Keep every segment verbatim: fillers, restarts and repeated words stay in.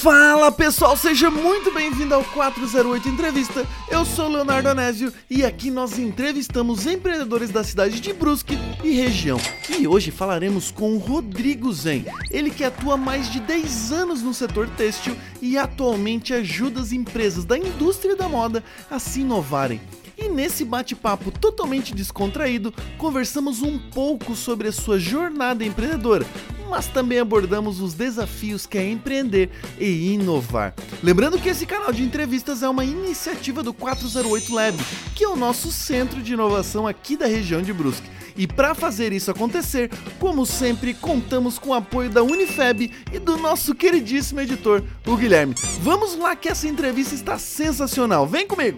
Fala pessoal, seja muito bem-vindo ao quatro zero oito Entrevista. Eu sou o Leonardo Anésio e aqui nós entrevistamos empreendedores da cidade de Brusque e região. E hoje falaremos com o Rodrigo Zen, ele que atua há mais de dez anos no setor têxtil e atualmente ajuda as empresas da indústria da moda a se inovarem. E nesse bate-papo totalmente descontraído, conversamos um pouco sobre a sua jornada empreendedora, mas também abordamos os desafios que é empreender e inovar. Lembrando que esse canal de entrevistas é uma iniciativa do quatro zero oito Lab, que é o nosso centro de inovação aqui da região de Brusque. E para fazer isso acontecer, como sempre, contamos com o apoio da Unifeb e do nosso queridíssimo editor, o Guilherme. Vamos lá que essa entrevista está sensacional, vem comigo!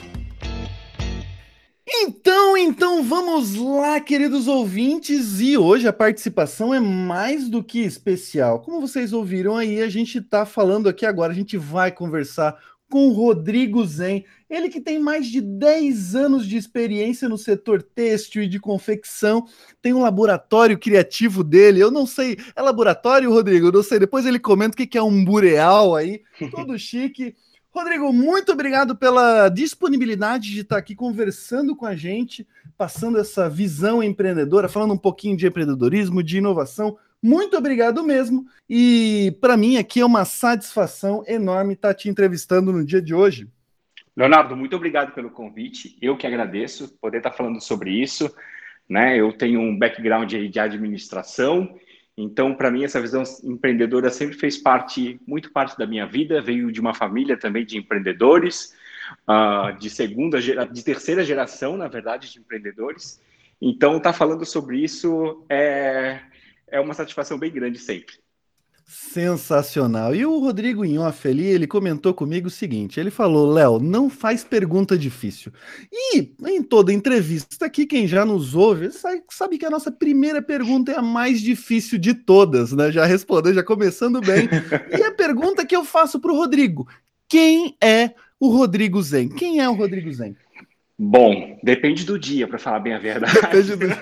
Então, então, vamos lá, queridos ouvintes, e hoje a participação é mais do que especial. Como vocês ouviram aí, a gente tá falando aqui agora, a gente vai conversar com o Rodrigo Zen, ele que tem mais de dez anos de experiência no setor têxtil e de confecção, tem um laboratório criativo dele, eu não sei, é laboratório, Rodrigo? Eu não sei, depois ele comenta o que é um bureal aí, todo chique. Rodrigo, muito obrigado pela disponibilidade de estar aqui conversando com a gente, passando essa visão empreendedora, falando um pouquinho de empreendedorismo, de inovação. Muito obrigado mesmo. E para mim aqui é uma satisfação enorme estar te entrevistando no dia de hoje. Leonardo, muito obrigado pelo convite. Eu que agradeço poder estar falando sobre isso, né? Eu tenho um background aí de administração. Então, para mim, essa visão empreendedora sempre fez parte, muito parte da minha vida. Veio de uma família também de empreendedores, uh, de segunda, de terceira geração, na verdade, de empreendedores. Então, estar falando sobre isso é, é uma satisfação bem grande sempre. Sensacional. E o Rodrigo em off ali, ele comentou comigo o seguinte, ele falou, Léo, não faz pergunta difícil. E em toda entrevista aqui, quem já nos ouve, sabe que a nossa primeira pergunta é a mais difícil de todas, né? Já respondeu, já começando bem. E a pergunta que eu faço para o Rodrigo, quem é o Rodrigo Zen? Quem é o Rodrigo Zen? Bom, depende do dia, para falar bem a verdade. Depende do...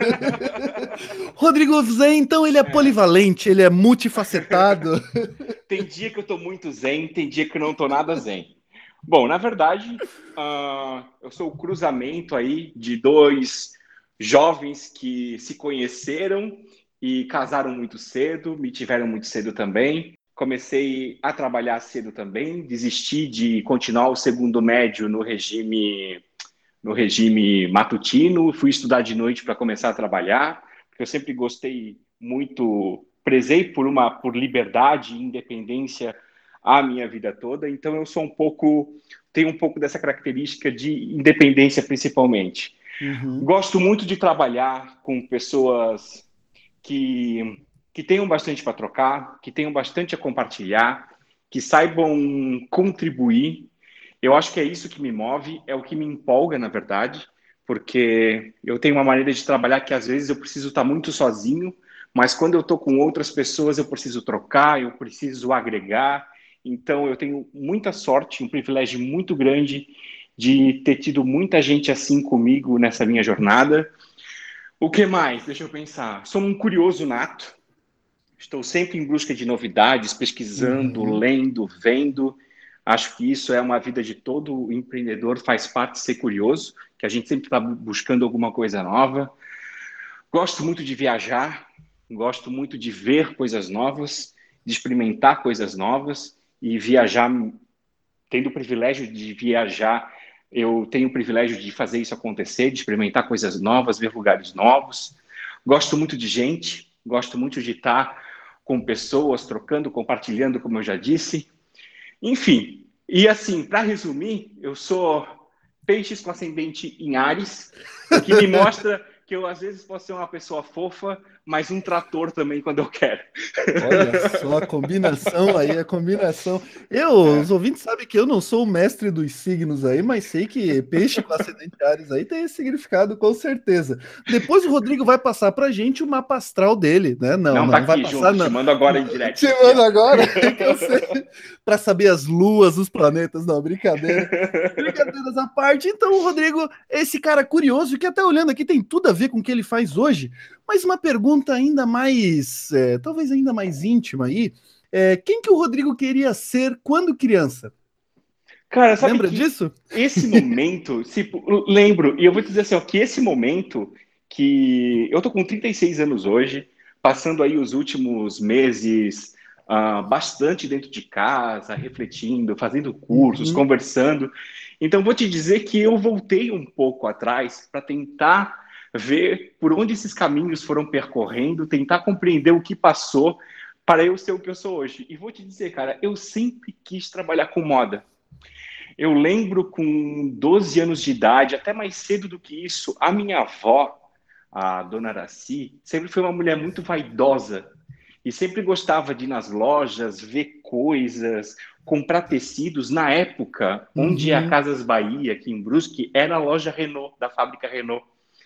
Rodrigo Zen, então, ele é polivalente, ele é multifacetado. Tem dia que eu tô muito zen, tem dia que eu não tô nada zen. Bom, na verdade, uh, eu sou o cruzamento aí de dois jovens que se conheceram e casaram muito cedo, me tiveram muito cedo também. Comecei a trabalhar cedo também, desisti de continuar o segundo médio no regime... no regime matutino, fui estudar de noite para começar a trabalhar, porque eu sempre gostei muito, prezei por uma por liberdade e independência a minha vida toda, então eu sou um pouco, tenho um pouco dessa característica de independência principalmente. Uhum. Gosto muito de trabalhar com pessoas que, que tenham bastante para trocar, que tenham bastante a compartilhar, que saibam contribuir. Eu acho que é isso que me move, é o que me empolga, na verdade, porque eu tenho uma maneira de trabalhar que às vezes eu preciso estar muito sozinho, mas quando eu estou com outras pessoas eu preciso trocar, eu preciso agregar. Então eu tenho muita sorte, um privilégio muito grande de ter tido muita gente assim comigo nessa minha jornada. O que mais? Deixa eu pensar. Sou um curioso nato, estou sempre em busca de novidades, pesquisando, uhum. lendo, vendo. Acho que isso é uma vida de todo empreendedor, faz parte de ser curioso, que a gente sempre está buscando alguma coisa nova. Gosto muito de viajar, gosto muito de ver coisas novas, de experimentar coisas novas e viajar, tendo o privilégio de viajar, eu tenho o privilégio de fazer isso acontecer, de experimentar coisas novas, ver lugares novos. Gosto muito de gente, gosto muito de estar com pessoas, trocando, compartilhando, como eu já disse. Enfim, e assim, para resumir, eu sou peixes com ascendente em Áries, o que me mostra que eu às vezes posso ser uma pessoa fofa, mas um trator também quando eu quero. Olha só a combinação aí, a combinação. Eu, os ouvintes sabem que eu não sou o mestre dos signos aí, mas sei que peixe com ascendente Áries aí tem esse significado com certeza. Depois o Rodrigo vai passar pra gente o mapa astral dele, né? Não, não, não, tá não vai aqui, passar, junto, não. Te mando agora em direto. Te mando agora, que eu sei, pra saber as luas, os planetas, não, brincadeira. Brincadeiras à parte, então o Rodrigo, esse cara curioso, que até olhando aqui tem tudo a ver com o que ele faz hoje, mas uma pergunta ainda mais, é, talvez ainda mais íntima aí, É, quem que o Rodrigo queria ser quando criança? Cara, sabe Lembra que disso? esse momento, tipo, lembro, e eu vou te dizer assim, ó, que esse momento que eu tô com trinta e seis anos hoje, passando aí os últimos meses ah, bastante dentro de casa, refletindo, fazendo cursos, Uhum, conversando. Então, vou te dizer que eu voltei um pouco atrás para tentar ver por onde esses caminhos foram percorrendo, tentar compreender o que passou para eu ser o que eu sou hoje. E vou te dizer, cara, eu sempre quis trabalhar com moda. Eu lembro com doze anos de idade, até mais cedo do que isso, a minha avó, a dona Araci, sempre foi uma mulher muito vaidosa e sempre gostava de ir nas lojas, ver coisas, comprar tecidos. Na época, onde é a uhum, Casas Bahia, aqui em Brusque, era a loja Renault, da fábrica Renault.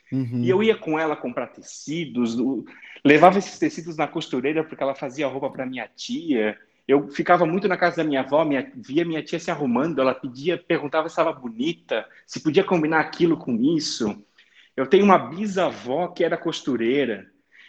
E uhum. eu ia com ela comprar tecidos, levava esses tecidos na costureira porque ela fazia roupa para minha tia. Eu ficava muito na casa da minha avó, minha, via minha tia se arrumando, ela pedia, perguntava se estava bonita, se podia combinar aquilo com isso. Eu tenho uma bisavó que era costureira,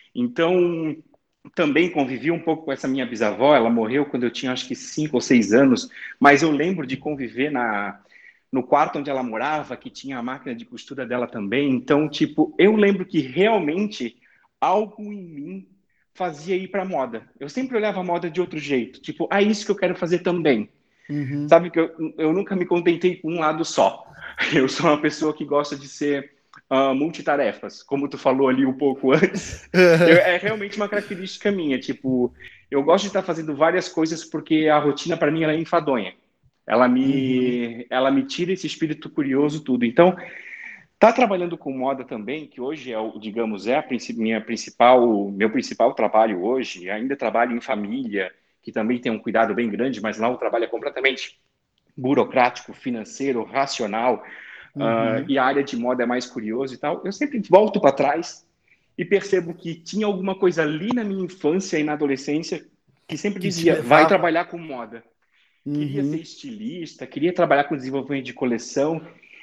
então também convivi um pouco com essa minha bisavó. Ela morreu quando eu tinha acho que cinco ou seis anos, mas eu lembro de conviver na, no quarto onde ela morava, que tinha a máquina de costura dela também. Então, tipo, eu lembro que realmente algo em mim fazia ir para moda. Eu sempre olhava a moda de outro jeito, tipo, ah, isso que eu quero fazer também. Uhum. Sabe que eu, eu nunca me contentei com um lado só. Eu sou uma pessoa que gosta de ser uh, multitarefas, como tu falou ali um pouco antes. Eu, é realmente uma característica minha, tipo, eu gosto de estar fazendo várias coisas porque a rotina para mim ela é enfadonha. Ela Uhum. me, ela me tira esse espírito curioso tudo. Então, tá trabalhando com moda também, que hoje é o, digamos, é a minha principal, meu principal trabalho hoje. Ainda trabalho em família, que também tem um cuidado bem grande, mas lá o trabalho é completamente burocrático, financeiro, racional, uh, Uhum. e a área de moda é mais curioso e tal. Eu sempre volto para trás e percebo que tinha alguma coisa ali na minha infância e na adolescência que sempre Que te dizia, vai levava. trabalhar com moda. Queria ser Uhum. estilista, queria trabalhar com desenvolvimento de coleção.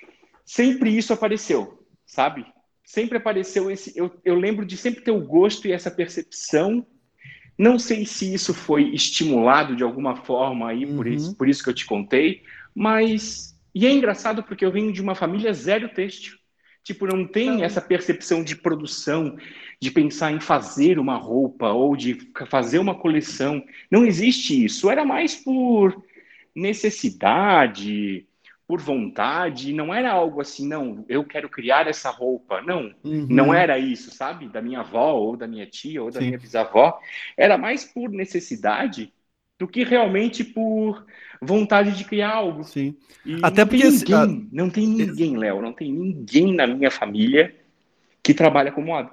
Sempre isso apareceu, sabe? Sempre apareceu esse. Eu, eu lembro de sempre ter o gosto e essa percepção. Não sei se isso foi estimulado de alguma forma aí, por isso, Uhum. por isso que eu te contei, mas. E é engraçado porque eu venho de uma família zero têxtil. Tipo, não tem essa percepção de produção, de pensar em fazer uma roupa ou de fazer uma coleção. Não existe isso. Era mais por necessidade, por vontade, não era algo assim, não, eu quero criar essa roupa. Não, não Uhum. era isso, sabe? Da minha avó, ou da minha tia, ou da Sim, minha bisavó. Era mais por necessidade do que realmente por vontade de criar algo. sim. E Até não tem porque esse- ah, ninguém, não tem esse- ninguém, Léo, não tem ninguém na minha família que trabalha com moda.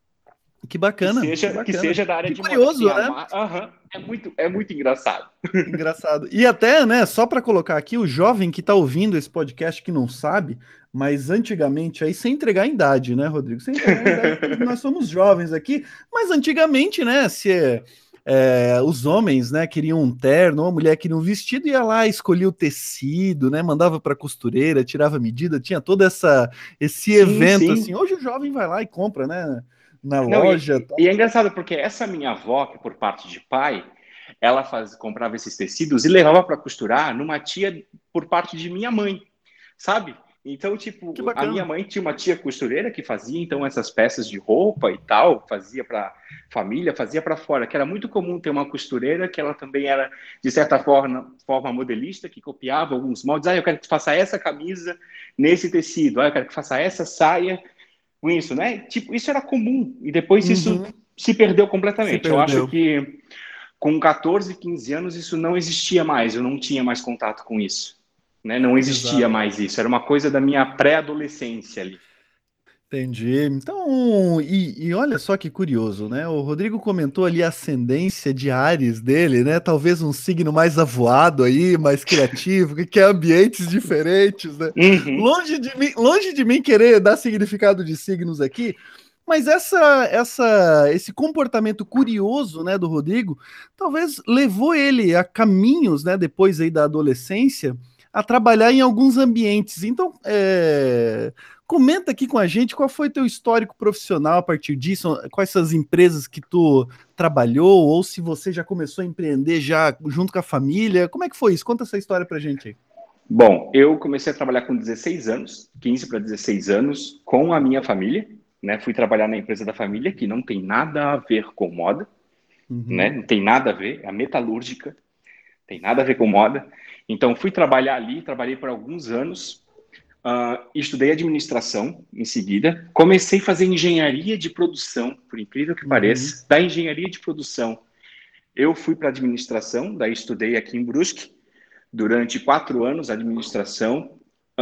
que Que bacana, que seja, que bacana. seja da área Que de moda, que curioso, tenha né? mar... Aham, é muito, é muito engraçado. Engraçado. E até, né, só para colocar aqui, o jovem que está ouvindo esse podcast que não sabe, mas antigamente, aí sem entregar a idade, né, Rodrigo? Sem entregar a idade, porque nós somos jovens aqui, mas antigamente, né, se é, é, os homens, né, queriam um terno, ou a mulher queria um vestido, ia lá, escolhia o tecido, né, mandava para costureira, tirava medida, tinha todo essa, esse Sim, evento, assim. sim. Hoje o jovem vai lá e compra, né, na Não, loja, e, tá? e é engraçado porque essa minha avó, que por parte de pai, ela faz, comprava esses tecidos e levava para costurar numa tia por parte de minha mãe, sabe? Então, Que tipo, a minha bacana. mãe tinha uma tia costureira que fazia então essas peças de roupa e tal, fazia para família, fazia para fora, que era muito comum ter uma costureira que ela também era de certa forma, forma modelista, que copiava alguns moldes. Ah, eu quero que tu faça essa camisa nesse tecido. Ah, eu quero que faça essa saia com isso, né? Tipo, isso era comum e depois isso Uhum. se perdeu Se completamente. Eu acho perdeu. que com catorze, quinze anos isso não existia mais, eu não tinha mais contato com isso, né? Não existia Exato. mais isso, era uma coisa da minha pré-adolescência ali. Entendi. Então, e, e olha só que curioso, né? O Rodrigo comentou ali a ascendência de Áries dele, né? Talvez um signo mais avoado aí, mais criativo, que quer ambientes diferentes, né? Uhum. Longe de mim, longe de mim querer dar significado de signos aqui, mas essa, essa, esse comportamento curioso, né, do Rodrigo, talvez levou ele a caminhos, né, depois aí da adolescência, a trabalhar em alguns ambientes. Então, é, comenta aqui com a gente qual foi teu histórico profissional a partir disso, quais são as empresas que tu trabalhou ou se você já começou a empreender já junto com a família. Como é que foi isso? Conta essa história pra gente aí. Bom, eu comecei a trabalhar com dezesseis anos, quinze para dezesseis anos, com a minha família, né? Fui trabalhar na empresa da família, que não tem nada a ver com moda, Uhum. né? Não tem nada a ver, é a metalúrgica, tem nada a ver com moda. Então, fui trabalhar ali, trabalhei por alguns anos, uh, estudei administração em seguida, comecei a fazer engenharia de produção, por incrível que Uhum. pareça. Da engenharia de produção, eu fui para administração, daí estudei aqui em Brusque, durante quatro anos, administração.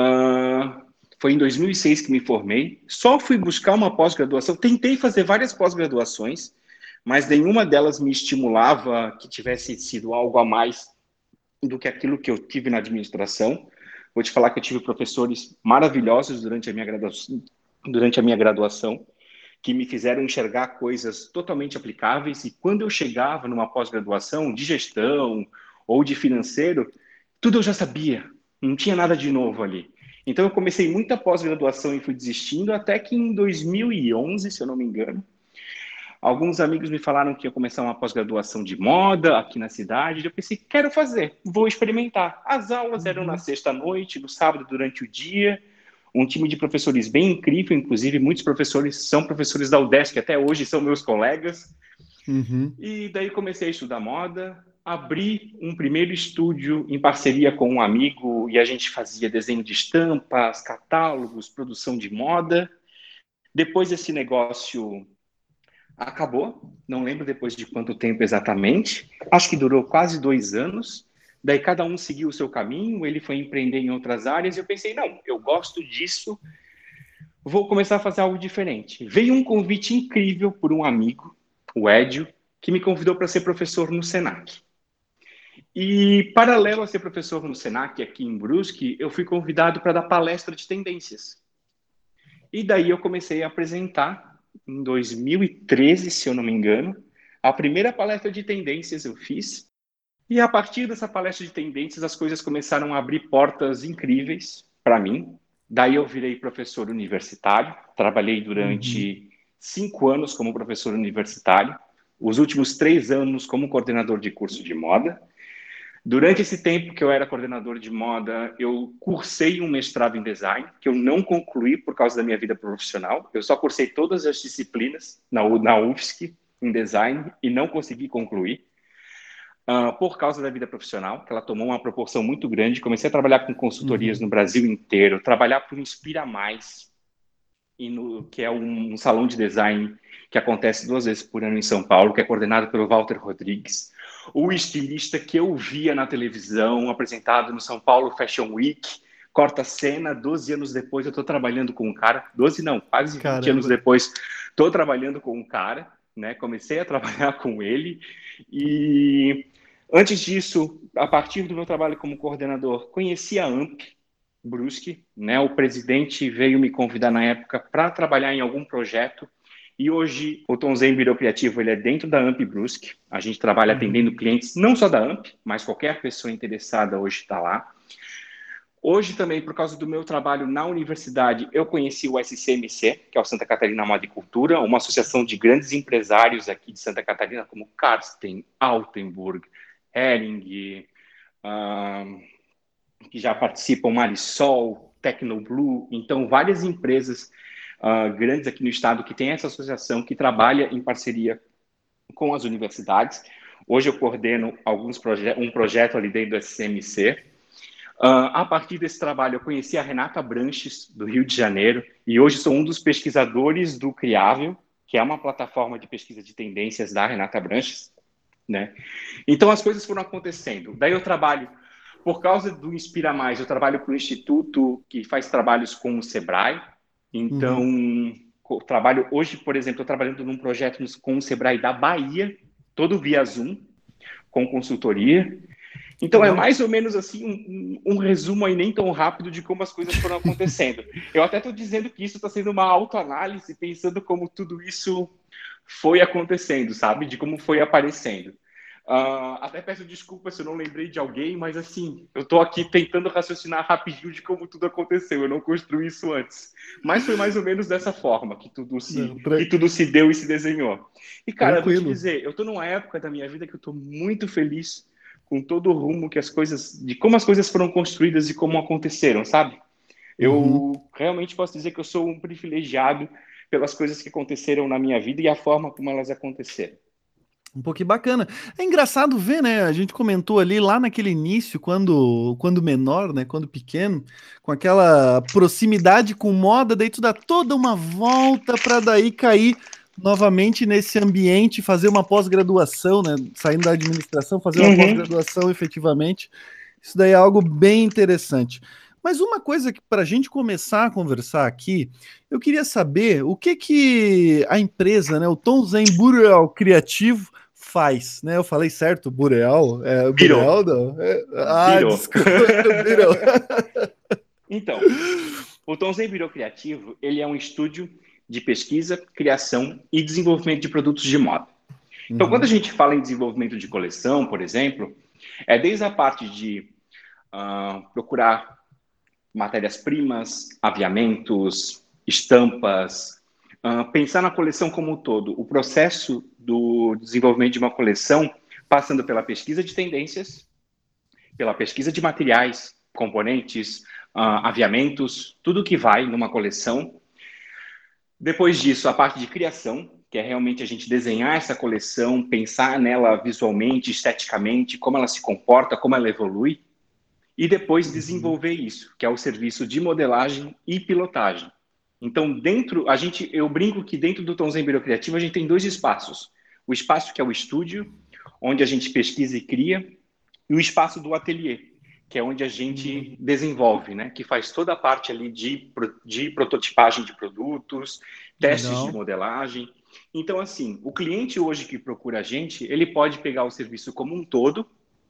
Uh, foi em dois mil e seis que me formei. Só fui buscar uma pós-graduação. Tentei fazer várias pós-graduações, mas nenhuma delas me estimulava que tivesse sido algo a mais do que aquilo que eu tive na administração. Vou te falar que eu tive professores maravilhosos durante a minha graduação, durante a minha graduação, que me fizeram enxergar coisas totalmente aplicáveis. E quando eu chegava numa pós-graduação de gestão ou de financeiro, tudo eu já sabia, não tinha nada de novo ali. Então eu comecei muita pós-graduação e fui desistindo, até que em dois mil e onze, se eu não me engano, alguns amigos me falaram que ia começar uma pós-graduação de moda aqui na cidade. Eu pensei, quero fazer, vou experimentar. As aulas eram na sexta-noite, no sábado durante o dia. Um time de professores bem incrível, inclusive muitos professores são professores da UDESC, que até hoje são meus colegas. Uhum. E daí comecei a estudar moda, abri um primeiro estúdio em parceria com um amigo e a gente fazia desenho de estampas, catálogos, produção de moda. Depois esse negócio acabou, não lembro depois de quanto tempo exatamente, acho que durou quase dois anos. Daí cada um seguiu o seu caminho, ele foi empreender em outras áreas e eu pensei, não, eu gosto disso, vou começar a fazer algo diferente. Veio um convite incrível por um amigo, o Edio, que me convidou para ser professor no Senac. E, paralelo a ser professor no Senac, aqui em Brusque, eu fui convidado para dar palestra de tendências. E daí eu comecei a apresentar, em dois mil e treze, se eu não me engano, a primeira palestra de tendências eu fiz. E a partir dessa palestra de tendências, as coisas começaram a abrir portas incríveis para mim. Daí eu virei professor universitário, trabalhei durante uhum. cinco anos como professor universitário, os últimos três anos como coordenador de curso de moda. Durante esse tempo que eu era coordenador de moda, eu cursei um mestrado em design, que eu não concluí por causa da minha vida profissional. Eu só cursei todas as disciplinas na, na U F S C em design e não consegui concluir. Uh, por causa da vida profissional, que ela tomou uma proporção muito grande. Comecei a trabalhar com consultorias uhum. no Brasil inteiro, trabalhar para o Inspira Mais, e no, que é um, um salão de design que acontece duas vezes por ano em São Paulo, que é coordenado pelo Walter Rodrigues, o estilista que eu via na televisão, apresentado no São Paulo Fashion Week, corta cena, doze anos depois eu estou trabalhando com um cara, doze não, quase vinte Caramba. Anos depois, estou trabalhando com um cara, né? Comecei a trabalhar com ele, e antes disso, a partir do meu trabalho como coordenador, conheci a AMP Brusque, né? O presidente veio me convidar na época para trabalhar em algum projeto. E hoje o Tom Zen Criativo ele é dentro da AMP Brusque. A gente trabalha atendendo clientes, não só da AMP, mas qualquer pessoa interessada hoje está lá. Hoje também, por causa do meu trabalho na universidade, eu conheci o S C M C, que é o Santa Catarina Moda e Cultura, uma associação de grandes empresários aqui de Santa Catarina, como Karsten, Altenburg, Hering, uh, que já participam, Marisol, Tecnoblue. Então, várias empresas Uh, grandes aqui no estado que tem essa associação que trabalha em parceria com as universidades. Hoje eu coordeno alguns proje- um projeto ali dentro do S C M C. Uh, a partir desse trabalho eu conheci a Renata Branches, do Rio de Janeiro, e hoje sou um dos pesquisadores do Criável, que é uma plataforma de pesquisa de tendências da Renata Branches, né? Então as coisas foram acontecendo. Daí eu trabalho, por causa do Inspira Mais, eu trabalho para o Instituto que faz trabalhos com o Sebrae. Então, uhum. trabalho hoje, por exemplo, estou trabalhando num projeto com o Sebrae da Bahia, todo via Zoom, com consultoria. Então, é mais ou menos assim um, um, um resumo aí nem tão rápido de como as coisas foram acontecendo. Eu até estou dizendo que isso está sendo uma autoanálise, pensando como tudo isso foi acontecendo, sabe? De como foi aparecendo. Uh, até peço desculpa se eu não lembrei de alguém, mas assim, eu estou aqui tentando raciocinar rapidinho de como tudo aconteceu. Eu não construí isso antes. Mas foi mais ou menos dessa forma que tudo se, não, tra... que tudo se deu e se desenhou. E, cara, Tranquilo. eu vou te dizer, eu estou numa época da minha vida que eu estou muito feliz com todo o rumo que as coisas, de como as coisas foram construídas e como aconteceram, sabe? Eu uhum. realmente posso dizer que eu sou um privilegiado pelas coisas que aconteceram na minha vida e a forma como elas aconteceram. Um pouquinho bacana. É engraçado ver, né? A gente comentou ali lá naquele início, quando, quando menor, né? Quando pequeno, com aquela proximidade com moda, daí tu dá toda uma volta para daí cair novamente nesse ambiente, fazer uma pós-graduação, né? Saindo da administração, fazer uma uhum. pós-graduação efetivamente. Isso daí é algo bem interessante. Mas uma coisa que para a gente começar a conversar aqui, eu queria saber o que que a empresa, né, o Tom Zen Boreal Criativo faz, né? Eu falei certo, Boreal? É, Boreal não? É, ah, Virou. desculpa, virou. Então, o Tom Zen Boreal Criativo, ele é um estúdio de pesquisa, criação e desenvolvimento de produtos de moda. Então, uhum. quando a gente fala em desenvolvimento de coleção, por exemplo, é desde a parte de uh, procurar matérias-primas, aviamentos, estampas, uh, pensar na coleção como um todo. O processo do desenvolvimento de uma coleção, passando pela pesquisa de tendências, pela pesquisa de materiais, componentes, uh, aviamentos, tudo que vai numa coleção. Depois disso, a parte de criação, que é realmente a gente desenhar essa coleção, pensar nela visualmente, esteticamente, como ela se comporta, como ela evolui. E depois desenvolver isso, que é o serviço de modelagem e pilotagem. Então, dentro, a gente, eu brinco que dentro do Tom Zen Boreal Criativo a gente tem dois espaços. O espaço que é o estúdio, onde a gente pesquisa e cria, e o espaço do ateliê, que é onde a gente desenvolve, né? Que faz toda a parte ali de, de prototipagem de produtos, testes Não. de modelagem. Então, assim, o cliente hoje que procura a gente, ele pode pegar o serviço como um todo,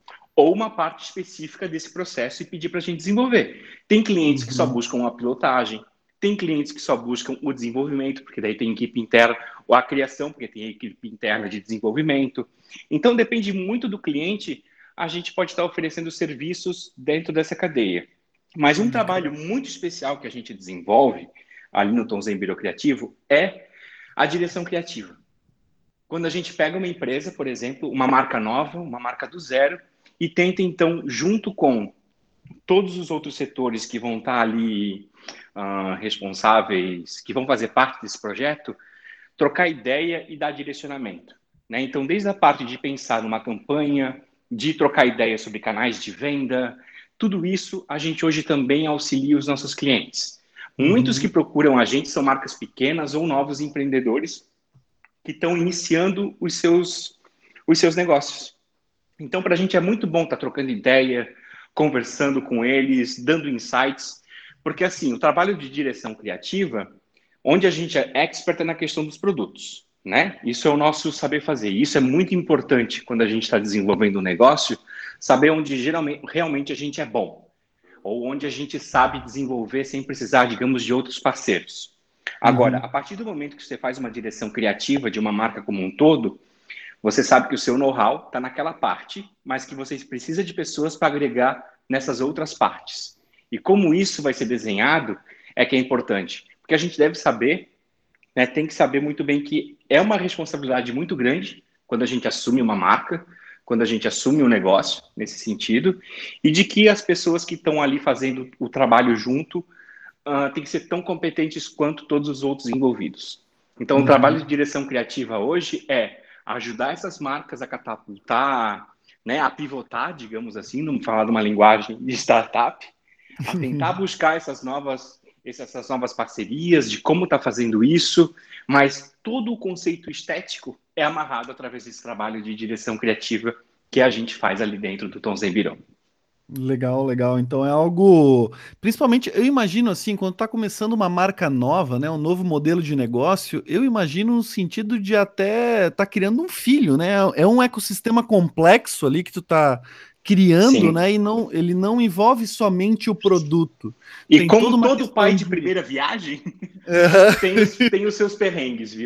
ou uma parte específica desse processo e pedir para a gente desenvolver. Tem clientes uhum. que só buscam a pilotagem, tem clientes que só buscam o desenvolvimento, porque daí tem equipe interna, ou a criação, porque tem equipe interna de desenvolvimento. Então, depende muito do cliente, a gente pode estar oferecendo serviços dentro dessa cadeia. Mas um uhum. trabalho muito especial que a gente desenvolve ali no Tom Zen Boreal Criativo é a direção criativa. Quando a gente pega uma empresa, por exemplo, uma marca nova, uma marca do zero, e tenta, então, junto com todos os outros setores que vão estar ali uh, responsáveis, que vão fazer parte desse projeto, trocar ideia e dar direcionamento. Né? Então, desde a parte de pensar numa campanha, de trocar ideia sobre canais de venda, tudo isso a gente hoje também auxilia os nossos clientes. Uhum. Muitos que procuram a gente são marcas pequenas ou novos empreendedores que estão iniciando os seus, os seus negócios. Então, para a gente é muito bom estar trocando ideia, conversando com eles, dando insights, porque, assim, o trabalho de direção criativa, onde a gente é expert na questão dos produtos, né? Isso é o nosso saber fazer. Isso é muito importante quando a gente está desenvolvendo um negócio, saber onde geralmente, realmente a gente é bom, ou onde a gente sabe desenvolver sem precisar, digamos, de outros parceiros. Agora, uhum. a partir do momento que você faz uma direção criativa de uma marca como um todo, você sabe que o seu know-how está naquela parte, mas que você precisa de pessoas para agregar nessas outras partes. E como isso vai ser desenhado é que é importante. Porque a gente deve saber, né, tem que saber muito bem que é uma responsabilidade muito grande quando a gente assume uma marca, quando a gente assume um negócio, nesse sentido, e de que as pessoas que estão ali fazendo o trabalho junto uh, têm que ser tão competentes quanto todos os outros envolvidos. Então, uhum. o trabalho de direção criativa hoje é ajudar essas marcas a catapultar, né, a pivotar, digamos assim, não falar de uma linguagem de startup, a tentar buscar essas novas, essas novas parcerias, de como está fazendo isso, mas todo o conceito estético é amarrado através desse trabalho de direção criativa que a gente faz ali dentro do Tom Zen Boreal. Legal, legal. Então é algo, principalmente, eu imagino assim, quando está começando uma marca nova, né, um novo modelo de negócio, eu imagino no sentido de até estar tá criando um filho, né? É um ecossistema complexo ali que tu tá criando, Sim. né? E não, ele não envolve somente o produto. E tem como todo pai de primeira viagem, uhum. tem, tem os seus perrengues, viu?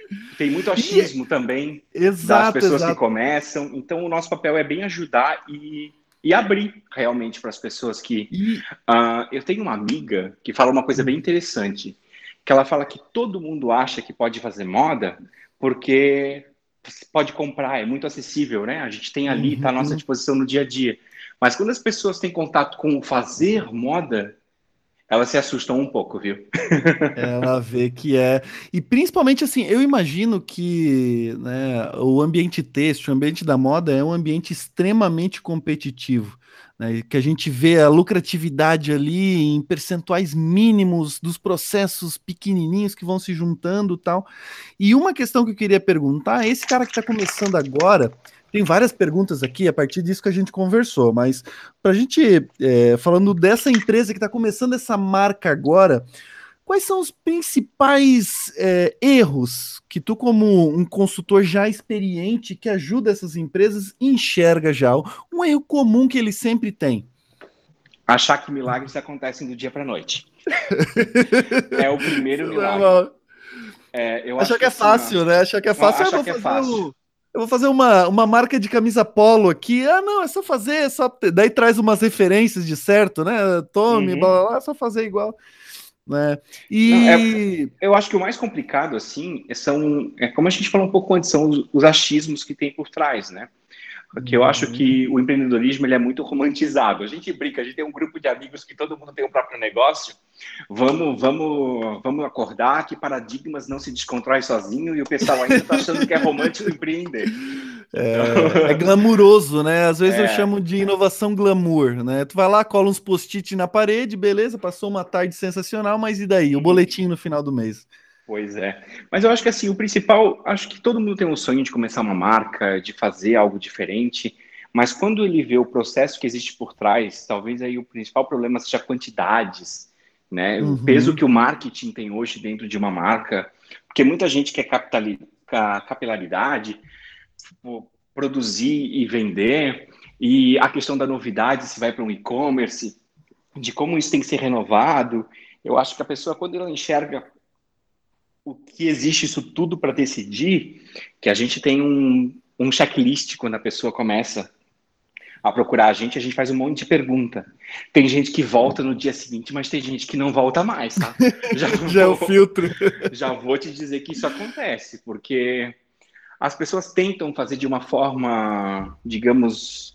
Tem muito E, achismo também das exato, pessoas que exato. começam. Então, o nosso papel é bem ajudar e, e abrir realmente para as pessoas que. E Uh, eu tenho uma amiga que fala uma coisa bem interessante, que ela fala que todo mundo acha que pode fazer moda porque você pode comprar, é muito acessível, né? A gente tem ali, está à nossa uhum. disposição no dia a dia. Mas quando as pessoas têm contato com o fazer moda, elas se assustam um pouco, viu? Ela vê que é. E principalmente assim, eu imagino que, né, o ambiente têxtil, o ambiente da moda é um ambiente extremamente competitivo, né? Que a gente vê a lucratividade ali em percentuais mínimos dos processos pequenininhos que vão se juntando e tal. E uma questão que eu queria perguntar, esse cara que está começando agora, tem várias perguntas aqui a partir disso que a gente conversou, mas para a gente, é, falando dessa empresa que está começando essa marca agora. Quais são os principais é, erros que tu, como um consultor já experiente, que ajuda essas empresas, enxerga já? Um erro comum que eles sempre têm. Achar que milagres acontecem do dia para a noite. É o primeiro Isso não é milagre. mal. É, eu Achar acho que que é assim, ó, fácil, né? Achar que é fácil. Ah, eu achar vou que é fazer fácil. o... Eu vou fazer uma, uma marca de camisa polo aqui. Ah, não, é só fazer, é só... Daí traz umas referências de certo, né? Tome, blá, Uhum. blá, blá, é só fazer igual, né? Não, é, E... eu acho que o mais complicado, assim, são, é como a gente falou um pouco antes, são os, os achismos que tem por trás, né? Porque eu acho Uhum. que o empreendedorismo ele é muito romantizado. A gente brinca, a gente tem um grupo de amigos que todo mundo tem o próprio negócio. Vamos, vamos, vamos acordar que paradigmas não se desconstrói sozinho e o pessoal ainda está achando que é romântico empreender. Então, É, é glamuroso, né? Às vezes eu é, chamo de inovação glamour, né? Tu vai lá, cola uns post-it na parede, beleza, passou uma tarde sensacional, mas e daí? O uhum, boletim no final do mês. pois é. Mas eu acho que assim, o principal, acho que todo mundo tem um sonho de começar uma marca, de fazer algo diferente. Mas quando ele vê o processo que existe por trás, talvez aí o principal problema seja quantidades, né? O peso Uhum, que o marketing tem hoje dentro de uma marca, porque muita gente quer capitali- ca- capilaridade, tipo, produzir e vender, e a questão da novidade, se vai para um e-commerce, de como isso tem que ser renovado. Eu acho que a pessoa, quando ela enxerga o que existe isso tudo para decidir, que a gente tem um, um checklist quando a pessoa começa a procurar a gente, a gente faz um monte de pergunta. Tem gente que volta no dia seguinte, mas tem gente que não volta mais, tá? Já já é o vou, filtro. já vou te dizer que isso acontece, porque as pessoas tentam fazer de uma forma, digamos,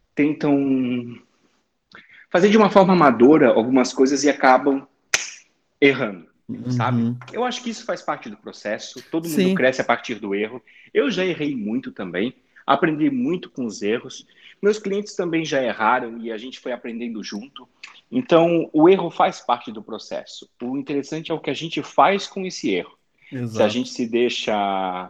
tentam fazer de uma forma amadora algumas coisas e acabam errando, sabe? Uhum. Eu acho que isso faz parte do processo, todo mundo Sim, cresce a partir do erro. Eu já errei muito também, aprendi muito com os erros. Meus clientes também já erraram e a gente foi aprendendo junto. Então, o erro faz parte do processo. O interessante é o que a gente faz com esse erro. Se a gente exato. se deixa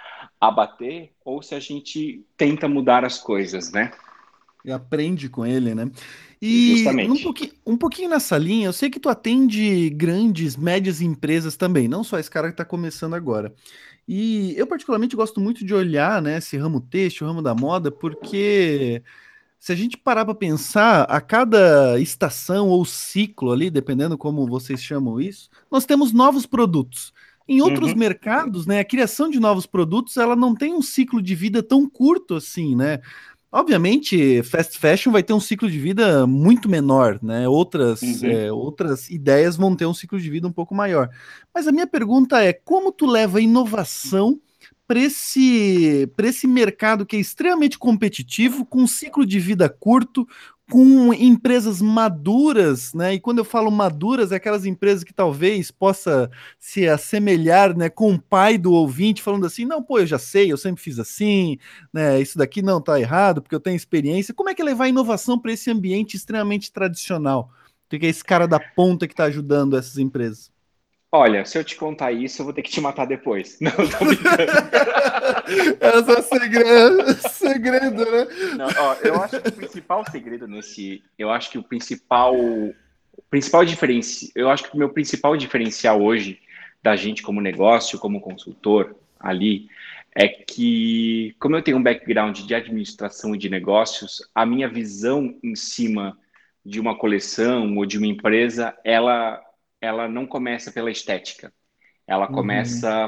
abater ou se a gente tenta mudar as coisas, né? E aprende com ele, né? E num Justamente. pouquinho, um pouquinho nessa linha, eu sei que tu atende grandes, médias empresas também, não só esse cara que está começando agora. E eu particularmente gosto muito de olhar, né, esse ramo têxtil, o ramo da moda, porque se a gente parar para pensar, a cada estação ou ciclo ali, dependendo como vocês chamam isso, nós temos novos produtos. Em outros Uhum, mercados, né, a criação de novos produtos, ela não tem um ciclo de vida tão curto assim, né? Obviamente, fast fashion vai ter um ciclo de vida muito menor, né? Outras, uhum. é, outras ideias vão ter um ciclo de vida um pouco maior. Mas a minha pergunta é, como tu leva inovação para esse, para esse mercado que é extremamente competitivo, com um ciclo de vida curto, com empresas maduras, né? E quando eu falo maduras, é aquelas empresas que talvez possa se assemelhar, né, com o pai do ouvinte, falando assim, não, pô, eu já sei, eu sempre fiz assim, né? Isso daqui não tá errado, porque eu tenho experiência. Como é que levar a inovação para esse ambiente extremamente tradicional? Porque é esse cara da ponta que está ajudando essas empresas. Olha, se eu te contar isso, eu vou ter que te matar depois. Não, tô brincando. Esse é o segredo, segredo, né? Não, ó, eu acho que o principal segredo nesse, eu acho que o principal, o principal diferenci, eu acho que o meu principal diferencial hoje da gente como negócio, como consultor ali, é que como eu tenho um background de administração e de negócios, a minha visão em cima de uma coleção ou de uma empresa, ela, ela não começa pela estética, ela Uhum, começa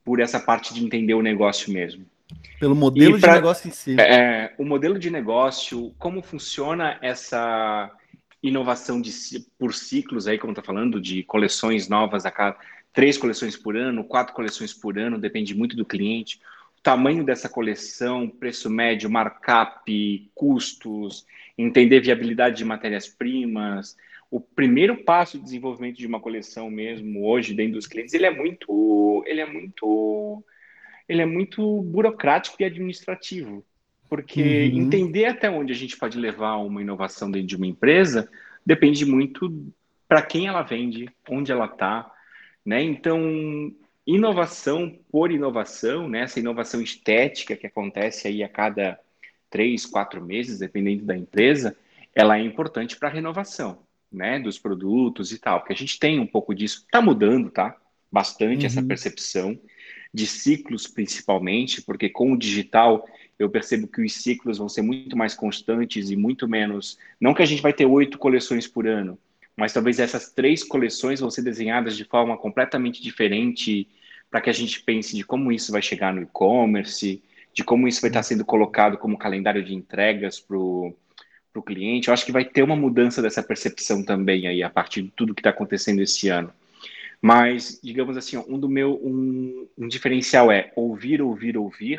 por essa parte de entender o negócio mesmo. Pelo E modelo de para negócio em si. é, o modelo de negócio, como funciona essa inovação de, por ciclos aí, como está falando, de coleções novas a cada três coleções por ano, quatro coleções por ano, depende muito do cliente. O tamanho dessa coleção, preço médio, markup, custos, entender viabilidade de matérias-primas. O primeiro passo de desenvolvimento de uma coleção mesmo, hoje, dentro dos clientes, ele é muito, ele é muito ele é muito burocrático e administrativo, porque Uhum, entender até onde a gente pode levar uma inovação dentro de uma empresa depende muito para quem ela vende, onde ela está, né? Então, inovação por inovação, né? Essa inovação estética que acontece aí a cada três, quatro meses, dependendo da empresa, ela é importante para a renovação, né? Dos produtos e tal, porque a gente tem um pouco disso, está mudando, tá? Bastante essa uhum, percepção de ciclos, principalmente, porque com o digital eu percebo que os ciclos vão ser muito mais constantes e muito menos. Não que a gente vai ter oito coleções por ano, mas talvez essas três coleções vão ser desenhadas de forma completamente diferente para que a gente pense de como isso vai chegar no e-commerce, de como isso vai estar sendo colocado como calendário de entregas para o cliente. Eu acho que vai ter uma mudança dessa percepção também aí, a partir de tudo que está acontecendo esse ano. Mas, digamos assim, um do meu um, um diferencial é ouvir, ouvir, ouvir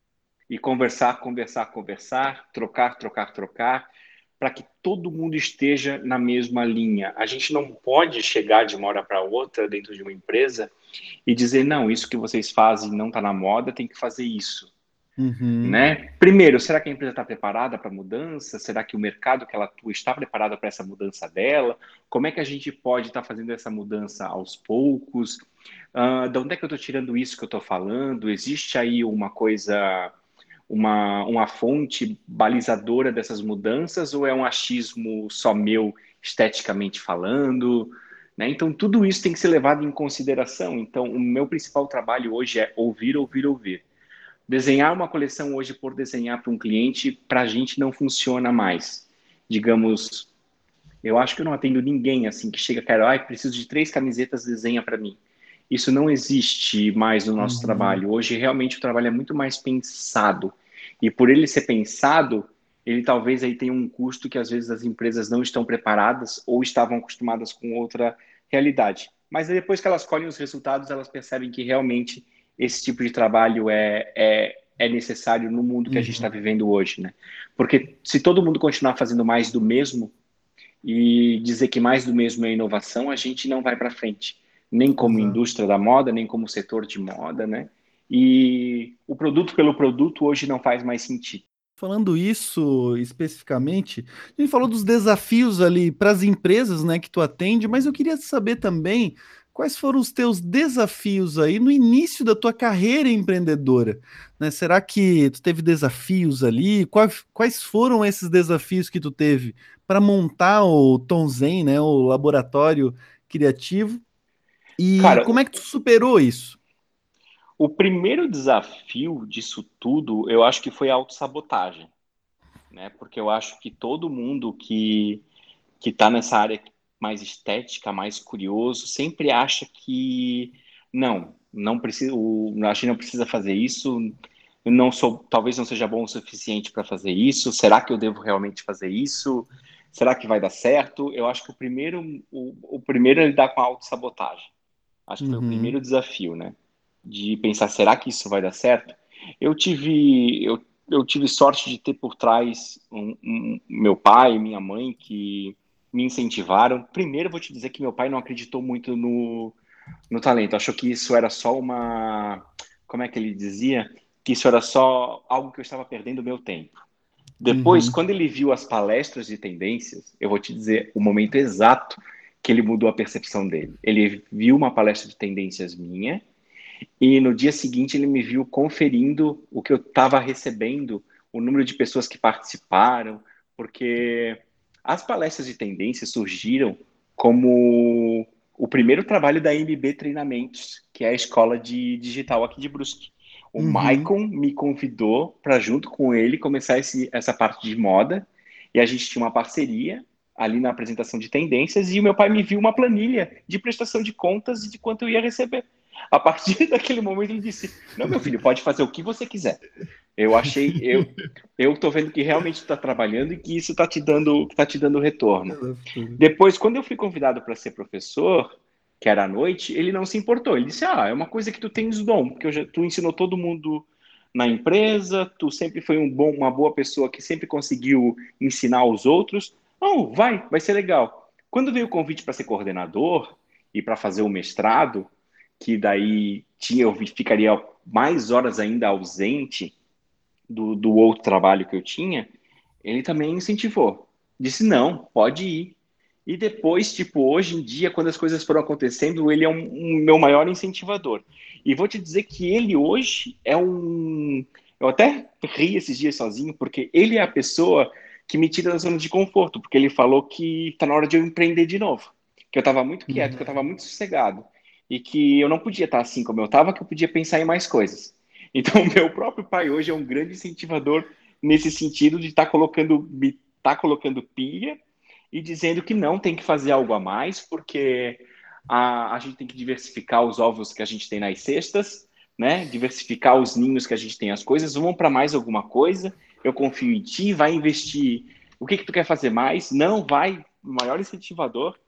e conversar, conversar, conversar, trocar, trocar, trocar, para que todo mundo esteja na mesma linha. A gente não pode chegar de uma hora para outra dentro de uma empresa e dizer, não, isso que vocês fazem não está na moda, tem que fazer isso. uhum. Né? Primeiro, será que a empresa está preparada para a mudança? Será que o mercado que ela atua está preparado para essa mudança dela? Como é que a gente pode estar tá fazendo essa mudança aos poucos? Uh, de onde é que eu estou tirando isso que eu estou falando? Existe aí uma coisa, uma, uma fonte balizadora dessas mudanças ou é um achismo só meu, esteticamente falando? Né? Então, tudo isso tem que ser levado em consideração. Então, o meu principal trabalho hoje é ouvir, ouvir, ouvir. Desenhar uma coleção hoje por desenhar para um cliente, para a gente não funciona mais. Digamos, eu acho que eu não atendo ninguém assim que chega, cara, ai, preciso de três camisetas, desenha para mim. Isso não existe mais no nosso Uhum. trabalho. Hoje, realmente, o trabalho é muito mais pensado. E por ele ser pensado, ele talvez aí tenha um custo que às vezes as empresas não estão preparadas ou estavam acostumadas com outra realidade. Mas depois que elas colhem os resultados, elas percebem que realmente esse tipo de trabalho é, é, é necessário no mundo que a gente está Uhum. vivendo hoje, né? Porque se todo mundo continuar fazendo mais do mesmo e dizer que mais do mesmo é inovação, a gente não vai para frente, nem como Exato. indústria da moda, nem como setor de moda, né? E o produto pelo produto hoje não faz mais sentido. Falando isso especificamente, a gente falou dos desafios ali para as empresas, né, que tu atende, mas eu queria saber também quais foram os teus desafios aí no início da tua carreira empreendedora, né? Será que tu teve desafios ali? Quais, quais foram esses desafios que tu teve para montar o Tom Zen, né, o laboratório criativo? E Cara, como é que tu superou isso? o primeiro desafio disso tudo, eu acho que foi a autossabotagem, né? Porque eu acho que todo mundo que que está nessa área mais estética, mais curioso, sempre acha que não, não precisa, o, a gente não precisa fazer isso, eu não sou, talvez não seja bom o suficiente para fazer isso. Será que eu devo realmente fazer isso? Será que vai dar certo? Eu acho que o primeiro, o, o primeiro é lidar com a autossabotagem. Acho que foi o Uhum, primeiro desafio, né? De pensar, será que isso vai dar certo? Eu tive, eu, eu tive sorte de ter por trás um, um, meu pai e minha mãe que me incentivaram. Primeiro, eu vou te dizer que meu pai não acreditou muito no, no talento. Achou que isso era só uma, como é que ele dizia? Que isso era só algo que eu estava perdendo o meu tempo. Depois, uhum, quando ele viu as palestras de tendências, eu vou te dizer o momento exato que ele mudou a percepção dele. Ele viu uma palestra de tendências minha e no dia seguinte ele me viu conferindo o que eu estava recebendo, o número de pessoas que participaram, porque as palestras de tendências surgiram como o primeiro trabalho da M B Treinamentos, que é a escola de digital aqui de Brusque. O uhum. Maicon me convidou para, junto com ele, começar esse, essa parte de moda, e a gente tinha uma parceria ali na apresentação de tendências, e o meu pai me viu uma planilha de prestação de contas e de quanto eu ia receber. A partir daquele momento ele disse, não, meu filho, pode fazer o que você quiser. Eu achei, eu, eu tô vendo que realmente está trabalhando e que isso está te dando, tá te dando retorno. Depois, quando eu fui convidado para ser professor, que era à noite, ele não se importou. Ele disse, ah, é uma coisa que tu tens dom, porque eu já, tu ensinou todo mundo na empresa, tu sempre foi um bom, uma boa pessoa que sempre conseguiu ensinar aos outros. Não, vai, vai ser legal. Quando veio o convite para ser coordenador e para fazer o mestrado, que daí tinha, eu ficaria mais horas ainda ausente do, do outro trabalho que eu tinha, ele também incentivou. Disse, não, pode ir. E depois, tipo, hoje em dia, quando as coisas foram acontecendo, ele é um, um meu maior incentivador. E vou te dizer que ele hoje é um... Eu até ri esses dias sozinho, porque ele é a pessoa que me tira da zona de conforto, porque ele falou que está na hora de eu empreender de novo. Que eu estava muito quieto, que eu estava muito sossegado. E que eu não podia estar assim como eu estava, que eu podia pensar em mais coisas. Então, meu próprio pai hoje é um grande incentivador nesse sentido de estar tá colocando, tá colocando pilha e dizendo que não tem que fazer algo a mais, porque a, a gente tem que diversificar os ovos que a gente tem nas cestas, né? Diversificar os ninhos que a gente tem as coisas, vamos para mais alguma coisa, eu confio em ti, vai investir, o que que tu quer fazer mais? Não, vai, o maior incentivador.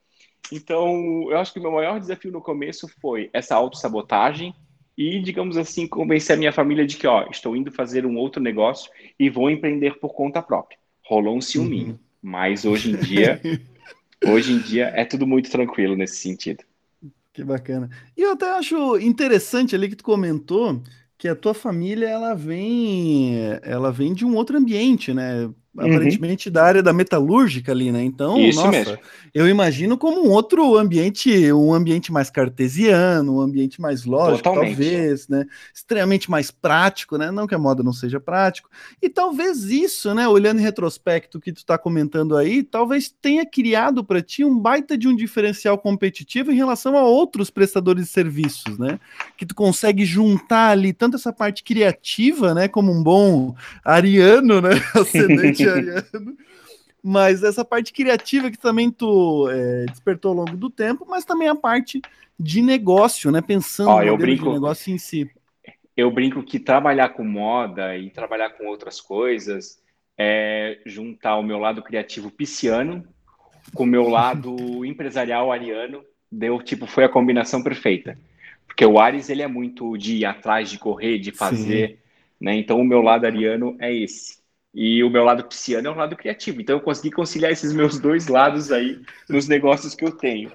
Então, eu acho que o meu maior desafio no começo foi essa autossabotagem e, digamos assim, convencer a minha família de que, ó, estou indo fazer um outro negócio e vou empreender por conta própria. Rolou um ciúminho. Uhum. Mas hoje em dia, hoje em dia é tudo muito tranquilo nesse sentido. Que bacana. E eu até acho interessante ali que tu comentou que a tua família ela vem, ela vem de um outro ambiente, né? Uhum. Aparentemente da área da metalúrgica ali, né? Então, Isso mesmo. nossa, eu imagino como um outro ambiente, um ambiente mais cartesiano, um ambiente mais lógico, Totalmente. talvez, né? Extremamente mais prático, né? Não que a moda não seja prático. E talvez isso, né? Olhando em retrospecto o que tu está comentando aí, talvez tenha criado para ti um baita de um diferencial competitivo em relação a outros prestadores de serviços, né? Que tu consegue juntar ali tanto essa parte criativa, né? Como um bom ariano, né? Ascendente ariano, mas essa parte criativa que também tu é, despertou ao longo do tempo, mas também a parte de negócio, né? Pensando Ó, no eu modelo de brinco, negócio em si. eu brinco que trabalhar com moda e trabalhar com outras coisas é juntar o meu lado criativo pisciano com o meu lado empresarial ariano. Deu, tipo, foi a combinação perfeita. Porque o Ares, ele é muito de ir atrás, de correr, de Sim. fazer, né? Então, o meu lado ariano é esse. E o meu lado pisciano é o lado criativo. Então, eu consegui conciliar esses meus dois lados aí nos negócios que eu tenho.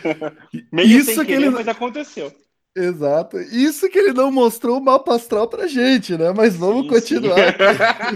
Meio sem Isso que ele. querer, mas aconteceu. Exato. Isso que ele não mostrou o mapa astral pra gente, né? Mas vamos Sim, sim. continuar aqui.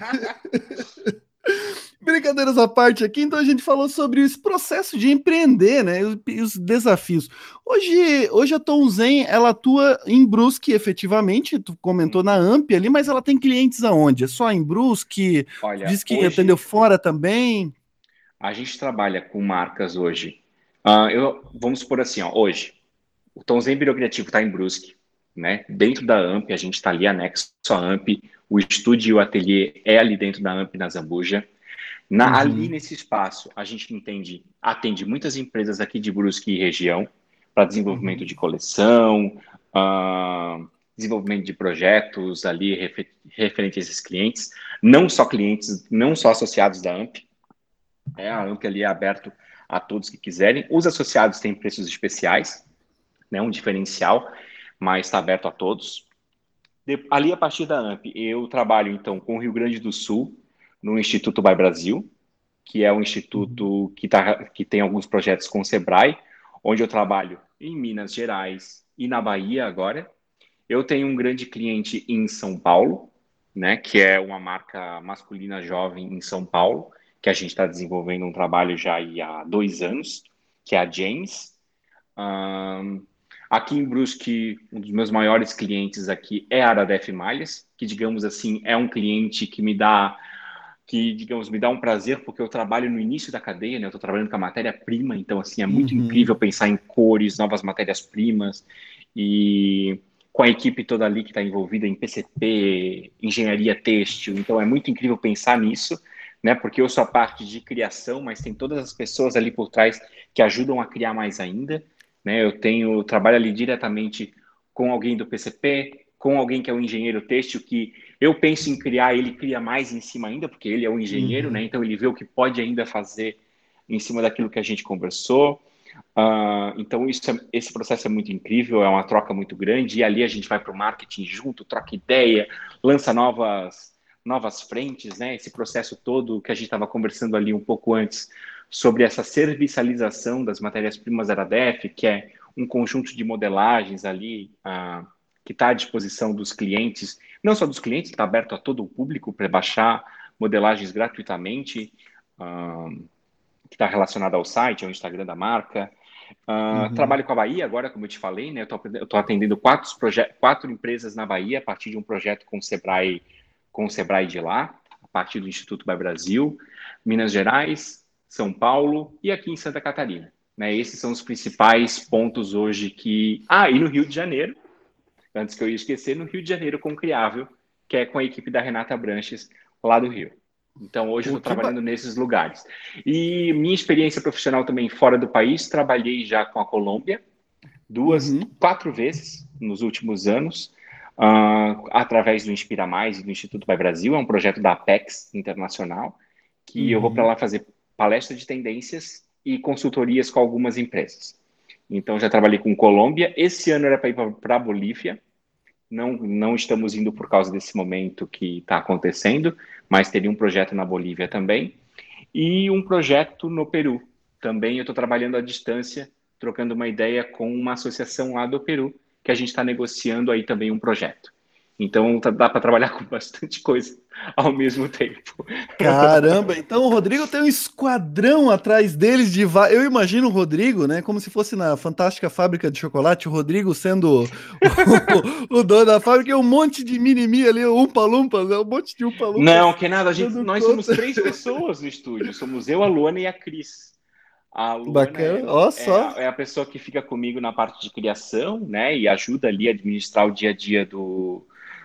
Brincadeiras à parte aqui, então a gente falou sobre esse processo de empreender, né? E os desafios. Hoje, hoje a Tom Zen, ela atua em Brusque, efetivamente. Tu comentou na Uhum. A M P ali, mas ela tem clientes aonde? É só em Brusque? Tu Olha, disse que atendeu hoje fora também. a gente trabalha com marcas hoje. Ah, eu, vamos supor assim, ó, hoje, o Tom Zen Criativo está em Brusque, né? Dentro da A M P, a gente está ali anexo à A M P, o estúdio e o ateliê é ali dentro da A M P, na Zambuja. Na, ali Uhum, nesse espaço, a gente entende, atende muitas empresas aqui de Brusque e região para desenvolvimento uhum, de coleção, ah, desenvolvimento de projetos ali refer, referente a esses clientes, não só clientes, não só associados da A M P, é, a A M P ali é aberto a todos que quiserem. Os associados têm preços especiais, né, um diferencial, mas está aberto a todos. De, ali, a partir da A M P, eu trabalho, então, com o Rio Grande do Sul, no Instituto By Brasil, que é um uhum, instituto que, tá, que tem alguns projetos com o Sebrae, onde eu trabalho em Minas Gerais e na Bahia agora. Eu tenho um grande cliente em São Paulo, né, que é uma marca masculina jovem em São Paulo, que a gente está desenvolvendo um trabalho já há dois anos, que é a James. Um, aqui em Brusque, um dos meus maiores clientes aqui é a Aradef Malhas, que, digamos assim, é um cliente que me dá, que, digamos, me dá um prazer, porque eu trabalho no início da cadeia, né? Eu estou trabalhando com a matéria-prima, então, assim, é muito uhum. incrível pensar em cores, novas matérias-primas, e com a equipe toda ali que está envolvida em P C P, engenharia têxtil, então é muito incrível pensar nisso, né? Porque eu sou a parte de criação, mas tem todas as pessoas ali por trás que ajudam a criar mais ainda, né? Eu tenho eu trabalho ali diretamente com alguém do P C P, com alguém que é um engenheiro têxtil, que eu penso em criar, ele cria mais em cima ainda, porque ele é um engenheiro, né? Uhum. Então ele vê o que pode ainda fazer em cima daquilo que a gente conversou. Uh, então isso é, esse processo é muito incrível, é uma troca muito grande, e ali a gente vai para o marketing junto, troca ideia, lança novas, novas frentes, né? Esse processo todo que a gente estava conversando ali um pouco antes, sobre essa servicialização das matérias-primas da D E F, que é um conjunto de modelagens ali, uh, que está à disposição dos clientes, não só dos clientes, está aberto a todo o público para baixar modelagens gratuitamente, uh, que está relacionada ao site, ao Instagram da marca. Uh, Uhum. trabalho com a Bahia agora, como eu te falei, né? Eu estou atendendo quatro, quatro empresas na Bahia a partir de um projeto com o Sebrae, com o Sebrae de lá, a partir do Instituto By Brasil, Minas Gerais, São Paulo e aqui em Santa Catarina. Né? Esses são os principais pontos hoje que... Ah, e no Rio de Janeiro, antes que eu ia esquecer, no Rio de Janeiro com o Criável, que é com a equipe da Renata Branches, lá do Rio. Então, hoje eu Pô, estou que ba... trabalhando nesses lugares. E minha experiência profissional também fora do país, trabalhei já com a Colômbia, duas, Uhum. quatro vezes nos últimos anos, uh, através do Inspira Mais e do Instituto By Brasil, é um projeto da Apex Internacional, que eu vou para Uhum. lá fazer palestra de tendências e consultorias com algumas empresas. Então, já trabalhei com Colômbia. Esse ano era para ir para a Bolívia, não, não estamos indo por causa desse momento que está acontecendo, mas teria um projeto na Bolívia também. E um projeto no Peru. Também eu estou trabalhando à distância, trocando uma ideia com uma associação lá do Peru, que a gente está negociando aí também um projeto. Então dá para trabalhar com bastante coisa ao mesmo tempo. Caramba, então o Rodrigo tem um esquadrão atrás deles de va... Eu imagino o Rodrigo, né, como se fosse na Fantástica Fábrica de Chocolate, o Rodrigo sendo o, o dono da fábrica e um monte de mimimi ali, umpa-lumpas, né, um monte de Não, umpa-lumpas que nada, a gente, dando nós somos conta. três pessoas no estúdio. Somos eu, a Luana e a Cris. A Luana Bacana, é, ó é, a, só. é a pessoa que fica comigo na parte de criação, né? E ajuda ali a administrar o dia a dia do,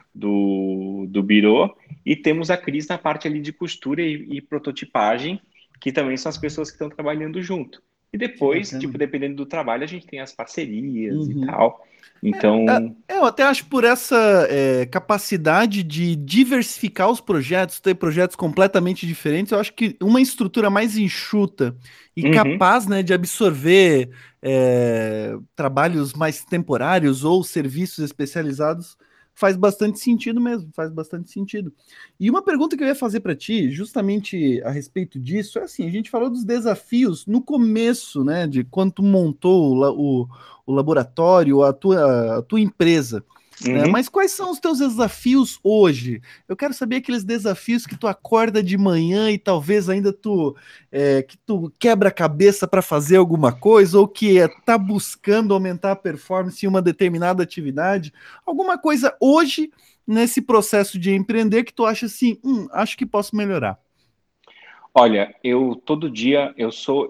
do, do birô. E temos a Cris na parte ali de costura e, e prototipagem, que também são as pessoas que estão trabalhando junto. E Que depois, bacana. tipo, dependendo do trabalho, a gente tem as parcerias e Uhum. tal. É, Então, eu até acho por essa é, capacidade de diversificar os projetos, ter projetos completamente diferentes, eu acho que uma estrutura mais enxuta e uhum. capaz, né, de absorver é, trabalhos mais temporários ou serviços especializados faz bastante sentido mesmo, faz bastante sentido. E uma pergunta que eu ia fazer para ti, justamente a respeito disso, é assim, a gente falou dos desafios no começo, né, de quando tu montou o, la- o o laboratório, a tua, a tua empresa. Né? Uhum. Mas quais são os teus desafios hoje? Eu quero saber aqueles desafios que tu acorda de manhã e talvez ainda tu é, que tu quebra a cabeça para fazer alguma coisa ou que está buscando aumentar a performance em uma determinada atividade. Alguma coisa hoje nesse processo de empreender que tu acha assim, hum, acho que posso melhorar. Olha, eu todo dia eu sou.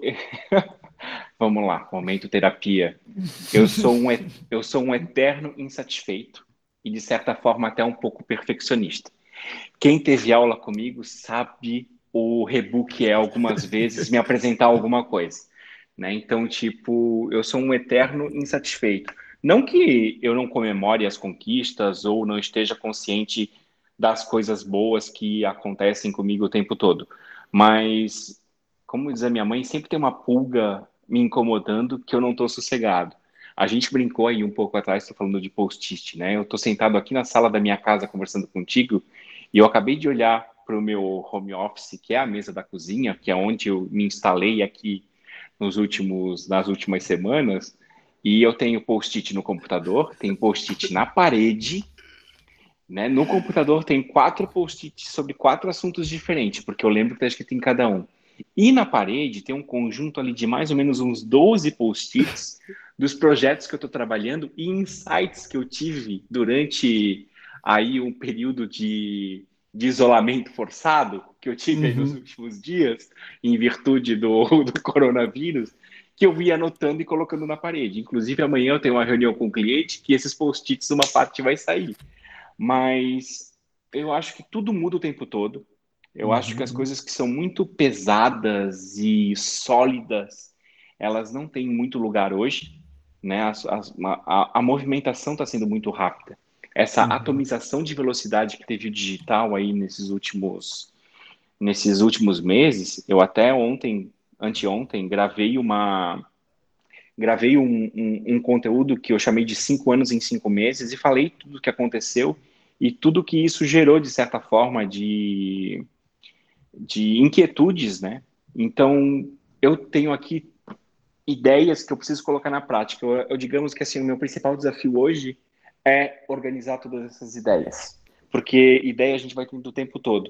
Vamos lá, momento terapia. Eu sou um, e- eu sou um eterno insatisfeito e, de certa forma, até um pouco perfeccionista. Quem teve aula comigo sabe o rebu que é algumas vezes me apresentar alguma coisa, né? Então, tipo, eu sou um eterno insatisfeito. Não que eu não comemore as conquistas ou não esteja consciente das coisas boas que acontecem comigo o tempo todo, mas, como diz a minha mãe, sempre tem uma pulga me incomodando que eu não estou sossegado. A gente brincou aí um pouco atrás, estou falando de post-it, né? Eu estou sentado aqui na sala da minha casa conversando contigo e eu acabei de olhar para o meu home office, que é a mesa da cozinha, que é onde eu me instalei aqui nos últimos, nas últimas semanas, e eu tenho post-it no computador, tenho post-it na parede, né? No computador tem quatro post-its sobre quatro assuntos diferentes, porque eu lembro que está escrito em cada um. E na parede tem um conjunto ali de mais ou menos uns doze post-its dos projetos que eu estou trabalhando e insights que eu tive durante aí um período de, de isolamento forçado que eu tive aí nos Uhum. últimos dias, em virtude do, do coronavírus, que eu ia anotando e colocando na parede. Inclusive, amanhã eu tenho uma reunião com o cliente que esses post-its, uma parte vai sair. Mas eu acho que tudo muda o tempo todo. Eu acho que as Uhum. coisas que são muito pesadas e sólidas, elas não têm muito lugar hoje, né? As- as- a, a movimentação está sendo muito rápida. Essa Uhum. atomização de velocidade que teve o digital aí nesses últimos, nesses últimos meses, eu até ontem, anteontem, gravei uma, gravei um, um, um conteúdo que eu chamei de cinco anos em cinco meses e falei tudo o que aconteceu e tudo que isso gerou, de certa forma, de, de inquietudes, né? Então, eu tenho aqui ideias que eu preciso colocar na prática. Eu, eu digamos que assim, o meu principal desafio hoje é organizar todas essas ideias, porque ideia a gente vai tendo o tempo todo.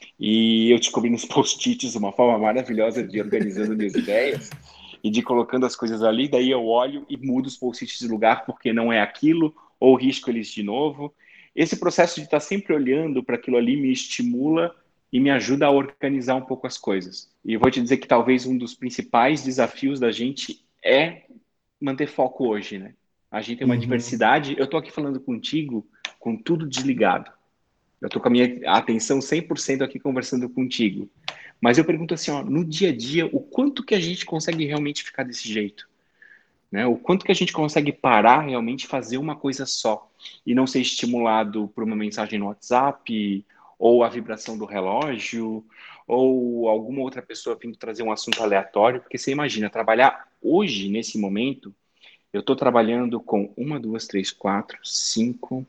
E eu descobri nos post-its uma forma maravilhosa de ir organizando minhas ideias e de ir colocando as coisas ali, daí eu olho e mudo os post-its de lugar porque não é aquilo, ou risco eles de novo. Esse processo de estar sempre olhando para aquilo ali me estimula e me ajuda a organizar um pouco as coisas. E eu vou te dizer que talvez um dos principais desafios da gente é manter foco hoje, né? A gente tem uma Uhum. diversidade. Eu estou aqui falando contigo com tudo desligado. Eu estou com a minha atenção cem por cento aqui conversando contigo. Mas eu pergunto assim, ó, no dia a dia, o quanto que a gente consegue realmente ficar desse jeito? Né? O quanto que a gente consegue parar realmente fazer uma coisa só e não ser estimulado por uma mensagem no WhatsApp ou a vibração do relógio ou alguma outra pessoa vindo trazer um assunto aleatório, porque você imagina, trabalhar hoje, nesse momento, eu estou trabalhando com uma, duas, três, quatro, cinco,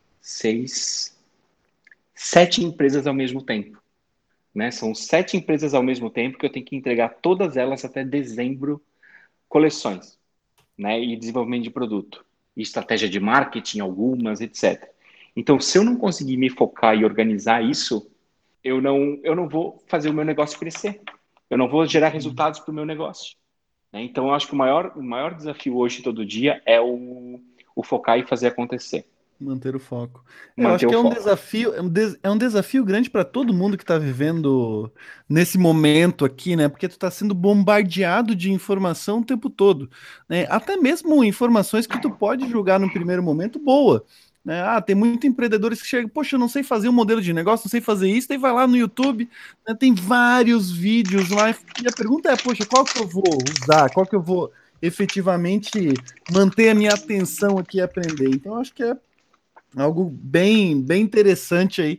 seis, sete empresas ao mesmo tempo. Né? São sete empresas ao mesmo tempo que eu tenho que entregar todas elas até dezembro, coleções, né? E desenvolvimento de produto, e estratégia de marketing, algumas, etcétera. Então, se eu não conseguir me focar e organizar isso, eu não, eu não vou fazer o meu negócio crescer. Eu não vou gerar resultados para o meu negócio. Né? Então, eu acho que o maior, o maior desafio hoje, todo dia, é o, o focar e fazer acontecer. Manter o foco. É, eu acho Manter o que é um foco. desafio, é um, des- é um desafio grande para todo mundo que está vivendo nesse momento aqui, né? Porque tu está sendo bombardeado de informação o tempo todo, né? Até mesmo informações que tu pode julgar no primeiro momento boa, né? Ah, tem muitos empreendedores que chegam, poxa, eu não sei fazer um modelo de negócio, não sei fazer isso, daí vai lá no YouTube, né? Tem vários vídeos lá e a pergunta é, poxa, qual que eu vou usar? Qual que eu vou efetivamente manter a minha atenção aqui e aprender? Então, eu acho que é algo bem, bem interessante aí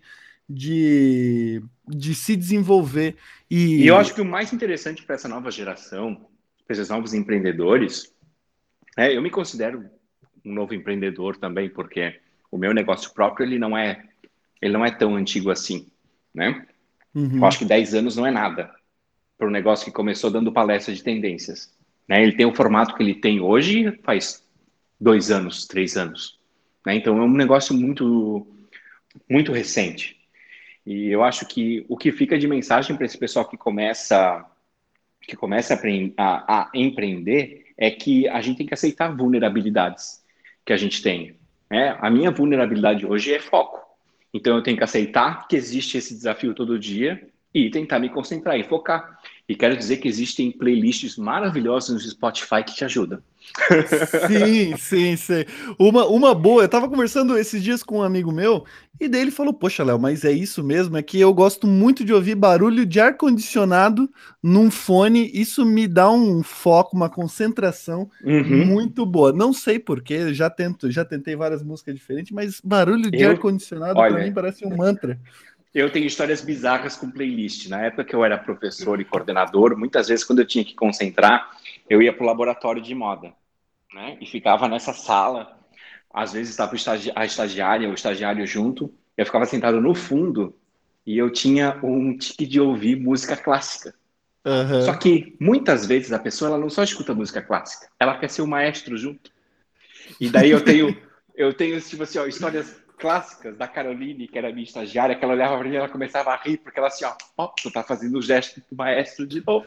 de, de se desenvolver. E eu E acho que o mais interessante para essa nova geração, para esses novos empreendedores, é, eu me considero um novo empreendedor também, porque o meu negócio próprio ele não é, ele não é tão antigo assim, né? Eu uhum, acho que dez anos não é nada para um negócio que começou dando palestra de tendências. Né? Ele tem o formato que ele tem hoje faz dois anos, três anos. Né? Então é um negócio muito, muito recente. E eu acho que o que fica de mensagem para esse pessoal que começa, que começa a, a, a empreender é que a gente tem que aceitar vulnerabilidades que a gente tem. Né? A minha vulnerabilidade hoje é foco. Então eu tenho que aceitar que existe esse desafio todo dia e tentar me concentrar e focar. E quero dizer que existem playlists maravilhosas no Spotify que te ajudam. sim, sim, sim. Uma, uma boa, eu tava conversando esses dias com um amigo meu, e daí ele falou: Poxa, Léo, mas é isso mesmo? É que eu gosto muito de ouvir barulho de ar-condicionado num fone, isso me dá um foco, uma concentração Uhum. muito boa. Não sei porquê, já tento, já tentei várias músicas diferentes, mas barulho de Eu, ar-condicionado pra mim olha, parece um mantra. eu tenho histórias bizarras com playlist. Na época que eu era professor e coordenador, muitas vezes quando eu tinha que concentrar, eu ia para o laboratório de moda, né? E ficava nessa sala. Às vezes estava a estagiária ou o estagiário junto. Eu ficava sentado no fundo e eu tinha um tique de ouvir música clássica. Só Aham. que muitas vezes a pessoa ela não só escuta música clássica, ela quer ser o maestro junto. E daí eu tenho, eu tenho tipo assim, ó, histórias clássicas da Caroline, que era minha estagiária, que ela olhava para mim e ela começava a rir, porque ela assim, ó, ó, tu tá fazendo o gesto do maestro de novo.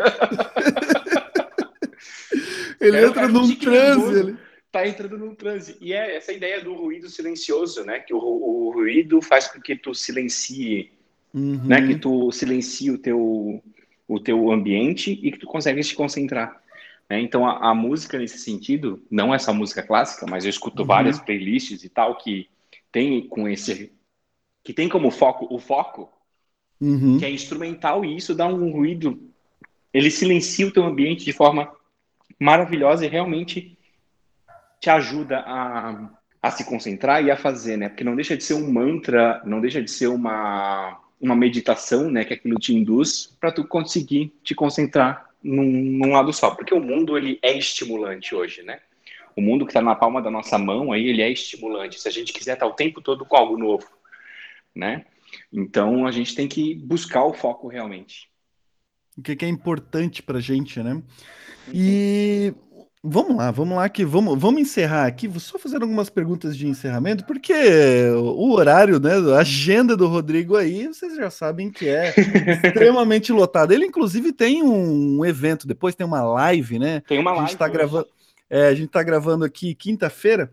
Ele Era, entra era um num tique transe nervoso, ali. tá entrando num transe. E é essa ideia do ruído silencioso, né? Que o, o ruído faz com que tu silencie, né? Que Uhum, tu silencie o teu, o teu ambiente e que tu consegue te concentrar. Né? Então, a, a música, nesse sentido, não é só música clássica, mas eu escuto várias uhum, playlists e tal que tem com esse, que tem como foco o foco, que é uhum. instrumental e isso dá um ruído, ele silencia o teu ambiente de forma maravilhosa e realmente te ajuda a, a se concentrar e a fazer, né? Porque não deixa de ser um mantra, não deixa de ser uma, uma meditação, né? Que aquilo te induz para tu conseguir te concentrar num, num lado só. Porque o mundo, ele é estimulante hoje, né? O mundo que está na palma da nossa mão, aí ele é estimulante. Se a gente quiser estar o tempo todo com algo novo, né? Então, a gente tem que buscar o foco realmente. O que que é importante pra gente, né? Uhum. E vamos lá, vamos lá que vamos, vamos encerrar aqui. Vou só fazer algumas perguntas de encerramento, porque o horário, né, a agenda do Rodrigo aí, vocês já sabem que é extremamente lotada. Ele inclusive tem um evento, depois tem uma live, né? Tem uma A gente tá live hoje. gravando, é, a gente tá gravando aqui quinta-feira.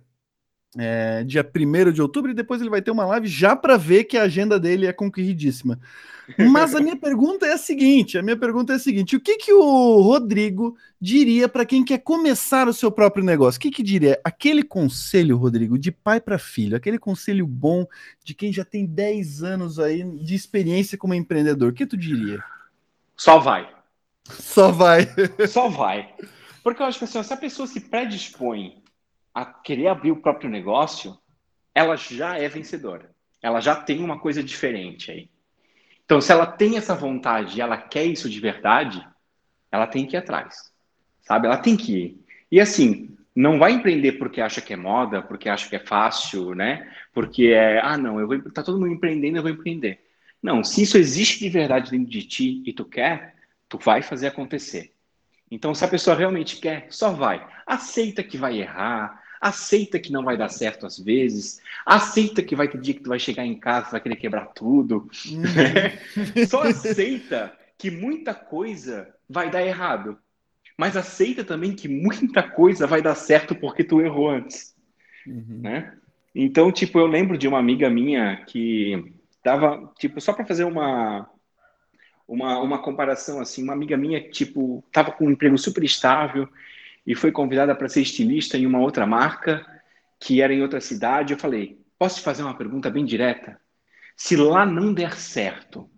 É, dia primeiro de outubro, e depois ele vai ter uma live já para ver que a agenda dele é concorridíssima. Mas a minha pergunta é a seguinte: a minha pergunta é a seguinte: o que que o Rodrigo diria para quem quer começar o seu próprio negócio? O que que diria? Aquele conselho, Rodrigo, de pai para filho, aquele conselho bom de quem já tem dez anos aí de experiência como empreendedor, o que tu diria? Só vai. Só vai. Só vai. Porque eu acho que assim, se a pessoa se predispõe a querer abrir o próprio negócio, ela já é vencedora. Ela já tem uma coisa diferente aí. Então, se ela tem essa vontade e ela quer isso de verdade, ela tem que ir atrás, sabe? Ela tem que ir. E assim, não vai empreender porque acha que é moda, porque acha que é fácil, né? Porque é, ah, não, eu vou, tá todo mundo empreendendo, eu vou empreender. Não, se isso existe de verdade dentro de ti e tu quer, tu vai fazer acontecer. Então, se a pessoa realmente quer, só vai. Aceita que vai errar, aceita que não vai dar certo às vezes, aceita que vai ter dia que tu vai chegar em casa e vai querer quebrar tudo. Uhum. Só aceita que muita coisa vai dar errado, mas aceita também que muita coisa vai dar certo porque tu errou antes, Uhum. né? Então, tipo, eu lembro de uma amiga minha que tava, tipo, só para fazer uma uma, uma comparação assim, uma amiga minha, tipo, tava com um emprego super estável e foi convidada para ser estilista em uma outra marca que era em outra cidade. Eu falei: posso te fazer uma pergunta bem direta? Se lá não der certo,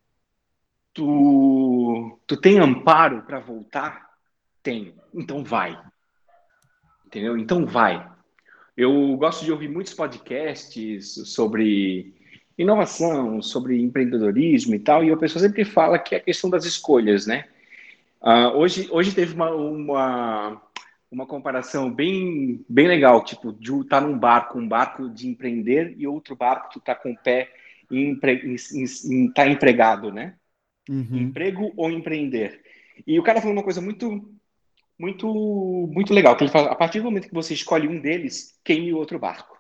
tu, tu tem amparo para voltar? Tem. Então vai. Entendeu? Então vai. Eu gosto de ouvir muitos podcasts sobre inovação, sobre empreendedorismo e tal, e a pessoa sempre fala que é a questão das escolhas, né? Uh, hoje, hoje teve uma, uma, uma comparação bem, bem legal, tipo, de estar num barco, um barco de empreender e outro barco que está com o pé em, em, em, em tá empregado, né? Uhum. Emprego ou empreender. E o cara falou uma coisa muito, muito, muito legal, que ele fala: a partir do momento que você escolhe um deles, queime o outro barco.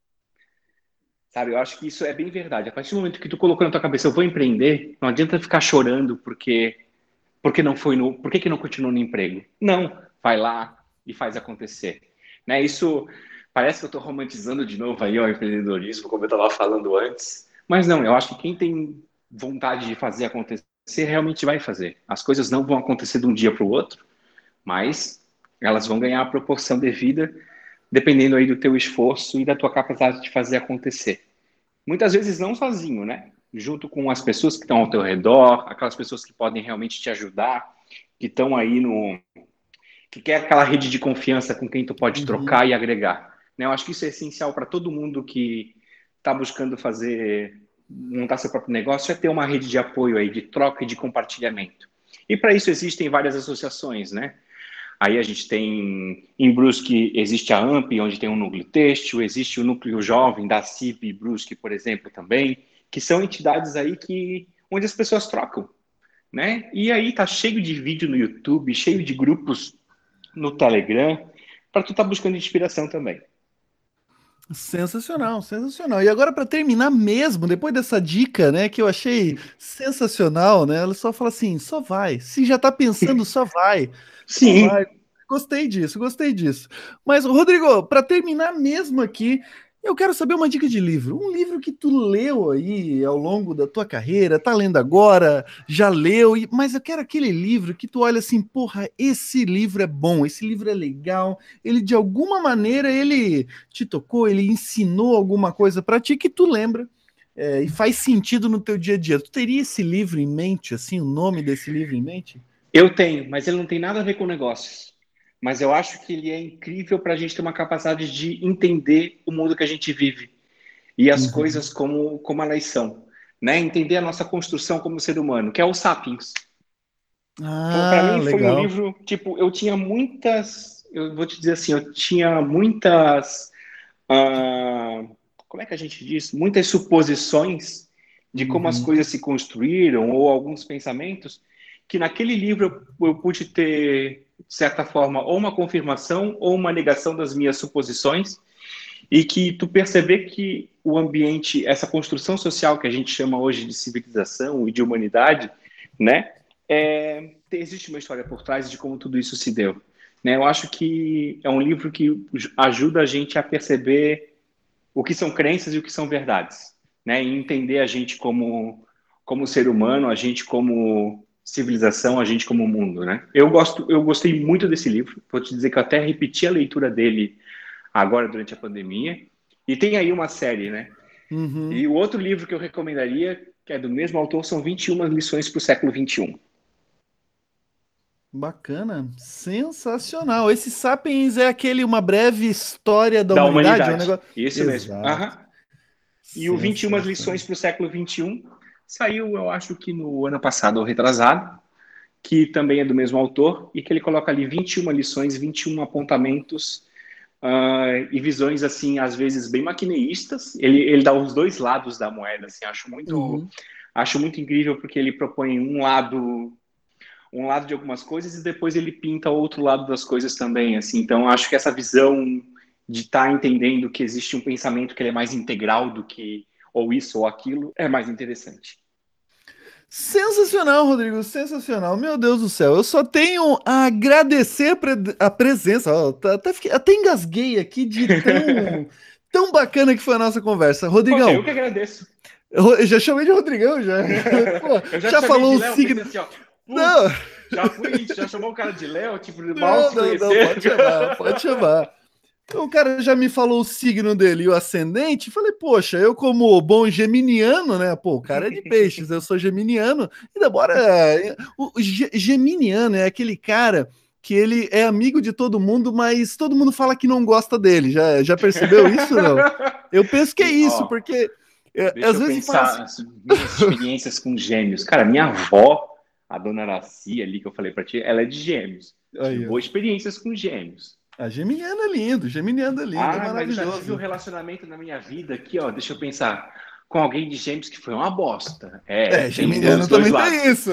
Sabe, eu acho que isso é bem verdade. A partir do momento que tu colocou na tua cabeça, eu vou empreender, não adianta ficar chorando porque porque não foi no, por que, que não continuou no emprego? Não, vai lá e faz acontecer. Né? Isso parece que eu estou romantizando de novo aí o empreendedorismo, como eu estava falando antes, mas não, eu acho que quem tem vontade de fazer acontecer realmente vai fazer. As coisas não vão acontecer de um dia para o outro, mas elas vão ganhar a proporção devida dependendo aí do teu esforço e da tua capacidade de fazer acontecer. Muitas vezes não sozinho, né? Junto com as pessoas que estão ao teu redor, aquelas pessoas que podem realmente te ajudar, que estão aí no... que quer aquela rede de confiança com quem tu pode Uhum. trocar e agregar. Né? Eu acho que isso é essencial para todo mundo que está buscando fazer, montar seu próprio negócio, é ter uma rede de apoio aí, de troca e de compartilhamento. E para isso existem várias associações, né? Aí a gente tem, em Brusque, existe a AMP, onde tem um núcleo têxtil, existe o núcleo jovem da C I P Brusque, por exemplo, também, que são entidades aí que, onde as pessoas trocam, né? E aí tá cheio de vídeo no YouTube, cheio de grupos no Telegram, para tu estar tá buscando inspiração também. Sensacional, sensacional. E agora, para terminar mesmo, depois dessa dica, né, que eu achei sensacional, né? Ela só fala assim: só vai. Se já tá pensando, só vai. Só vai. Sim, Gostei disso, gostei disso. Mas, Rodrigo, para terminar mesmo aqui, eu quero saber uma dica de livro. Um livro que tu leu aí ao longo da tua carreira, tá lendo agora, já leu, e- mas eu quero aquele livro que tu olha assim: porra, esse livro é bom, esse livro é legal, ele de alguma maneira ele te tocou, ele ensinou alguma coisa para ti que tu lembra, é, e faz sentido no teu dia a dia. Tu teria esse livro em mente, assim, o nome desse livro em mente? eu tenho, mas ele não tem nada a ver com negócios. mas eu acho que ele é incrível para a gente ter uma capacidade de entender o mundo que a gente vive e as Uhum. coisas como, como elas são, né? Entender a nossa construção como ser humano, que é o Sapiens. Para Ah, mim foi um legal. livro, tipo, eu tinha muitas, eu vou te dizer assim, eu tinha muitas, ah, como é que a gente diz? Muitas suposições de como as Uhum. coisas se construíram ou alguns pensamentos que naquele livro eu, eu pude ter, de certa forma, ou uma confirmação ou uma negação das minhas suposições e que tu perceber que o ambiente, essa construção social que a gente chama hoje de civilização e de humanidade, né, é, existe uma história por trás de como tudo isso se deu. Né? Eu acho que é um livro que ajuda a gente a perceber o que são crenças e o que são verdades, né? E entender a gente como, como ser humano, a gente como civilização, a gente como mundo, né? Eu gosto, eu gostei muito desse livro. Vou te dizer que eu até repeti a leitura dele agora durante a pandemia. E tem aí uma série, né? Uhum. E o outro livro que eu recomendaria, que é do mesmo autor, são vinte e uma lições para o século vinte e um. Bacana, sensacional. Esse Sapiens é aquele uma breve história da Da humanidade, é um humanidade. negócio. Isso mesmo. Exato. Aham. E o vinte e uma lições Sensacional. para o século vinte e um saiu, eu acho que no ano passado ou retrasado, que também é do mesmo autor, e que ele coloca ali vinte e uma lições, vinte e um apontamentos uh, e visões, assim, às vezes bem maquineístas. Ele, ele dá os dois lados da moeda, assim, acho muito, Uhum. acho muito incrível, porque ele propõe um lado, um lado de algumas coisas e depois ele pinta outro lado das coisas também, assim. Então, acho que essa visão de estar tá entendendo que existe um pensamento que ele é mais integral do que ou isso ou aquilo, é mais interessante. Sensacional, Rodrigo, sensacional. Meu Deus do céu, eu só tenho a agradecer a, pre- a presença. Ó, tá- até, fiquei- até engasguei aqui de tão, tão bacana que foi a nossa conversa. Poxa, eu Rodrigão, que agradeço. eu já chamei de Rodrigão, já. Pô, Eu já te já chamei falou de o Léo, pensei signo. assim, ó, Não, putz, já fui, já chamou o cara de Léo, tipo, mal não, se não, não, conhecer. pode chamar, pode chamar. Então, o cara já me falou o signo dele e o ascendente. Falei, poxa, eu, como bom geminiano, né? Pô, o cara é de peixes, eu sou geminiano. Ainda bora. O ge- geminiano é aquele cara que ele é amigo de todo mundo, mas todo mundo fala que não gosta dele. Já, já percebeu isso, não? Eu penso que é isso, Ó, porque é, deixa às eu vezes fala pensar assim. as minhas experiências com gêmeos. Cara, minha avó, a dona Aracia ali que eu falei pra ti, ela é de gêmeos. Tive Aí, ó. boas experiências com gêmeos. A geminiano é lindo, geminiano é lindo, é Ah, mas já tive um maravilhoso. relacionamento na minha vida aqui, ó, deixa eu pensar, com alguém de gêmeos que foi uma bosta. É, É, tem os geminiano dois também lados. tem isso.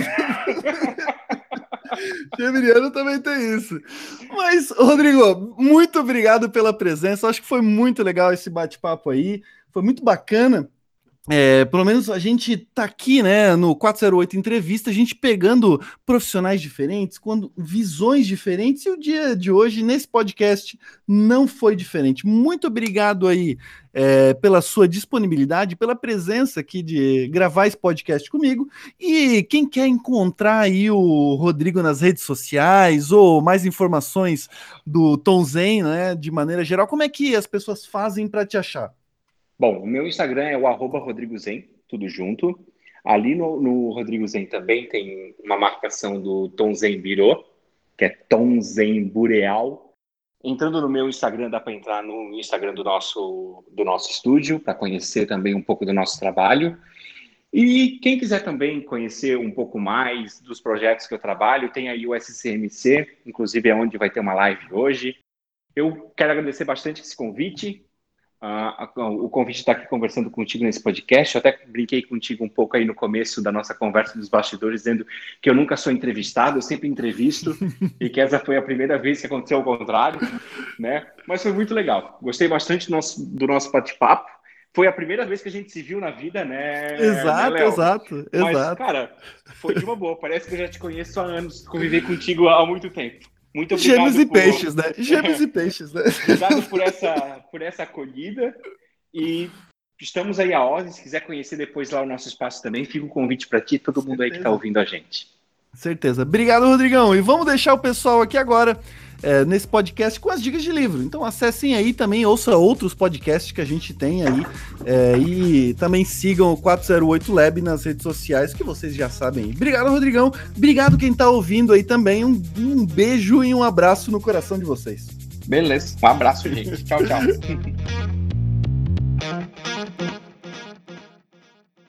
Geminiano também tem isso. Mas, Rodrigo, muito obrigado pela presença. Acho que foi muito legal esse bate-papo aí. Foi muito bacana. É, pelo menos a gente tá aqui, né, no quatrocentos e oito Entrevista, a gente pegando profissionais diferentes, quando visões diferentes, e o dia de hoje, nesse podcast, não foi diferente. Muito obrigado aí, é, pela sua disponibilidade, pela presença aqui de gravar esse podcast comigo. E quem quer encontrar aí o Rodrigo nas redes sociais ou mais informações do Tom Zen, né, de maneira geral, como é que as pessoas fazem para te achar? Bom, o meu Instagram é o arroba Rodrigo Zen, tudo junto. Ali no, no Rodrigo Zen também tem uma marcação do Tom Zen Biro, que é Tom Zen Bureal. Entrando no meu Instagram, dá para entrar no Instagram do nosso, do nosso estúdio, para conhecer também um pouco do nosso trabalho. E quem quiser também conhecer um pouco mais dos projetos que eu trabalho, tem aí o S C M C, inclusive é onde vai ter uma live hoje. Eu quero agradecer bastante esse convite. Uh, o convite de estar aqui conversando contigo nesse podcast. Eu até brinquei contigo um pouco aí no começo da nossa conversa dos bastidores, dizendo que eu nunca sou entrevistado, eu sempre entrevisto, e que essa foi a primeira vez que aconteceu ao contrário, né? Mas foi muito legal. Gostei bastante do nosso, do nosso bate-papo. Foi a primeira vez que a gente se viu na vida, né, né, Exato, Léo? exato, Mas, exato. cara, foi de uma boa. Parece que eu já te conheço há anos, convivi contigo há muito tempo. Muito Gêmeos obrigado e por... peixes, né? Gêmeos e peixes, né? Obrigado por essa, por essa acolhida e estamos aí a ordem. Se quiser conhecer depois lá o nosso espaço também, fica o convite para ti e todo mundo aí que está Certeza. ouvindo a gente. Certeza. Obrigado, Rodrigão. E vamos deixar o pessoal aqui agora é, nesse podcast com as dicas de livro. Então acessem aí também, ouça outros podcasts que a gente tem aí é, e também sigam o quatro zero oito Lab nas redes sociais, que vocês já sabem. Obrigado, Rodrigão. Obrigado quem tá ouvindo aí também. Um, um beijo e um abraço no coração de vocês. Beleza. Um abraço, gente. Tchau, tchau.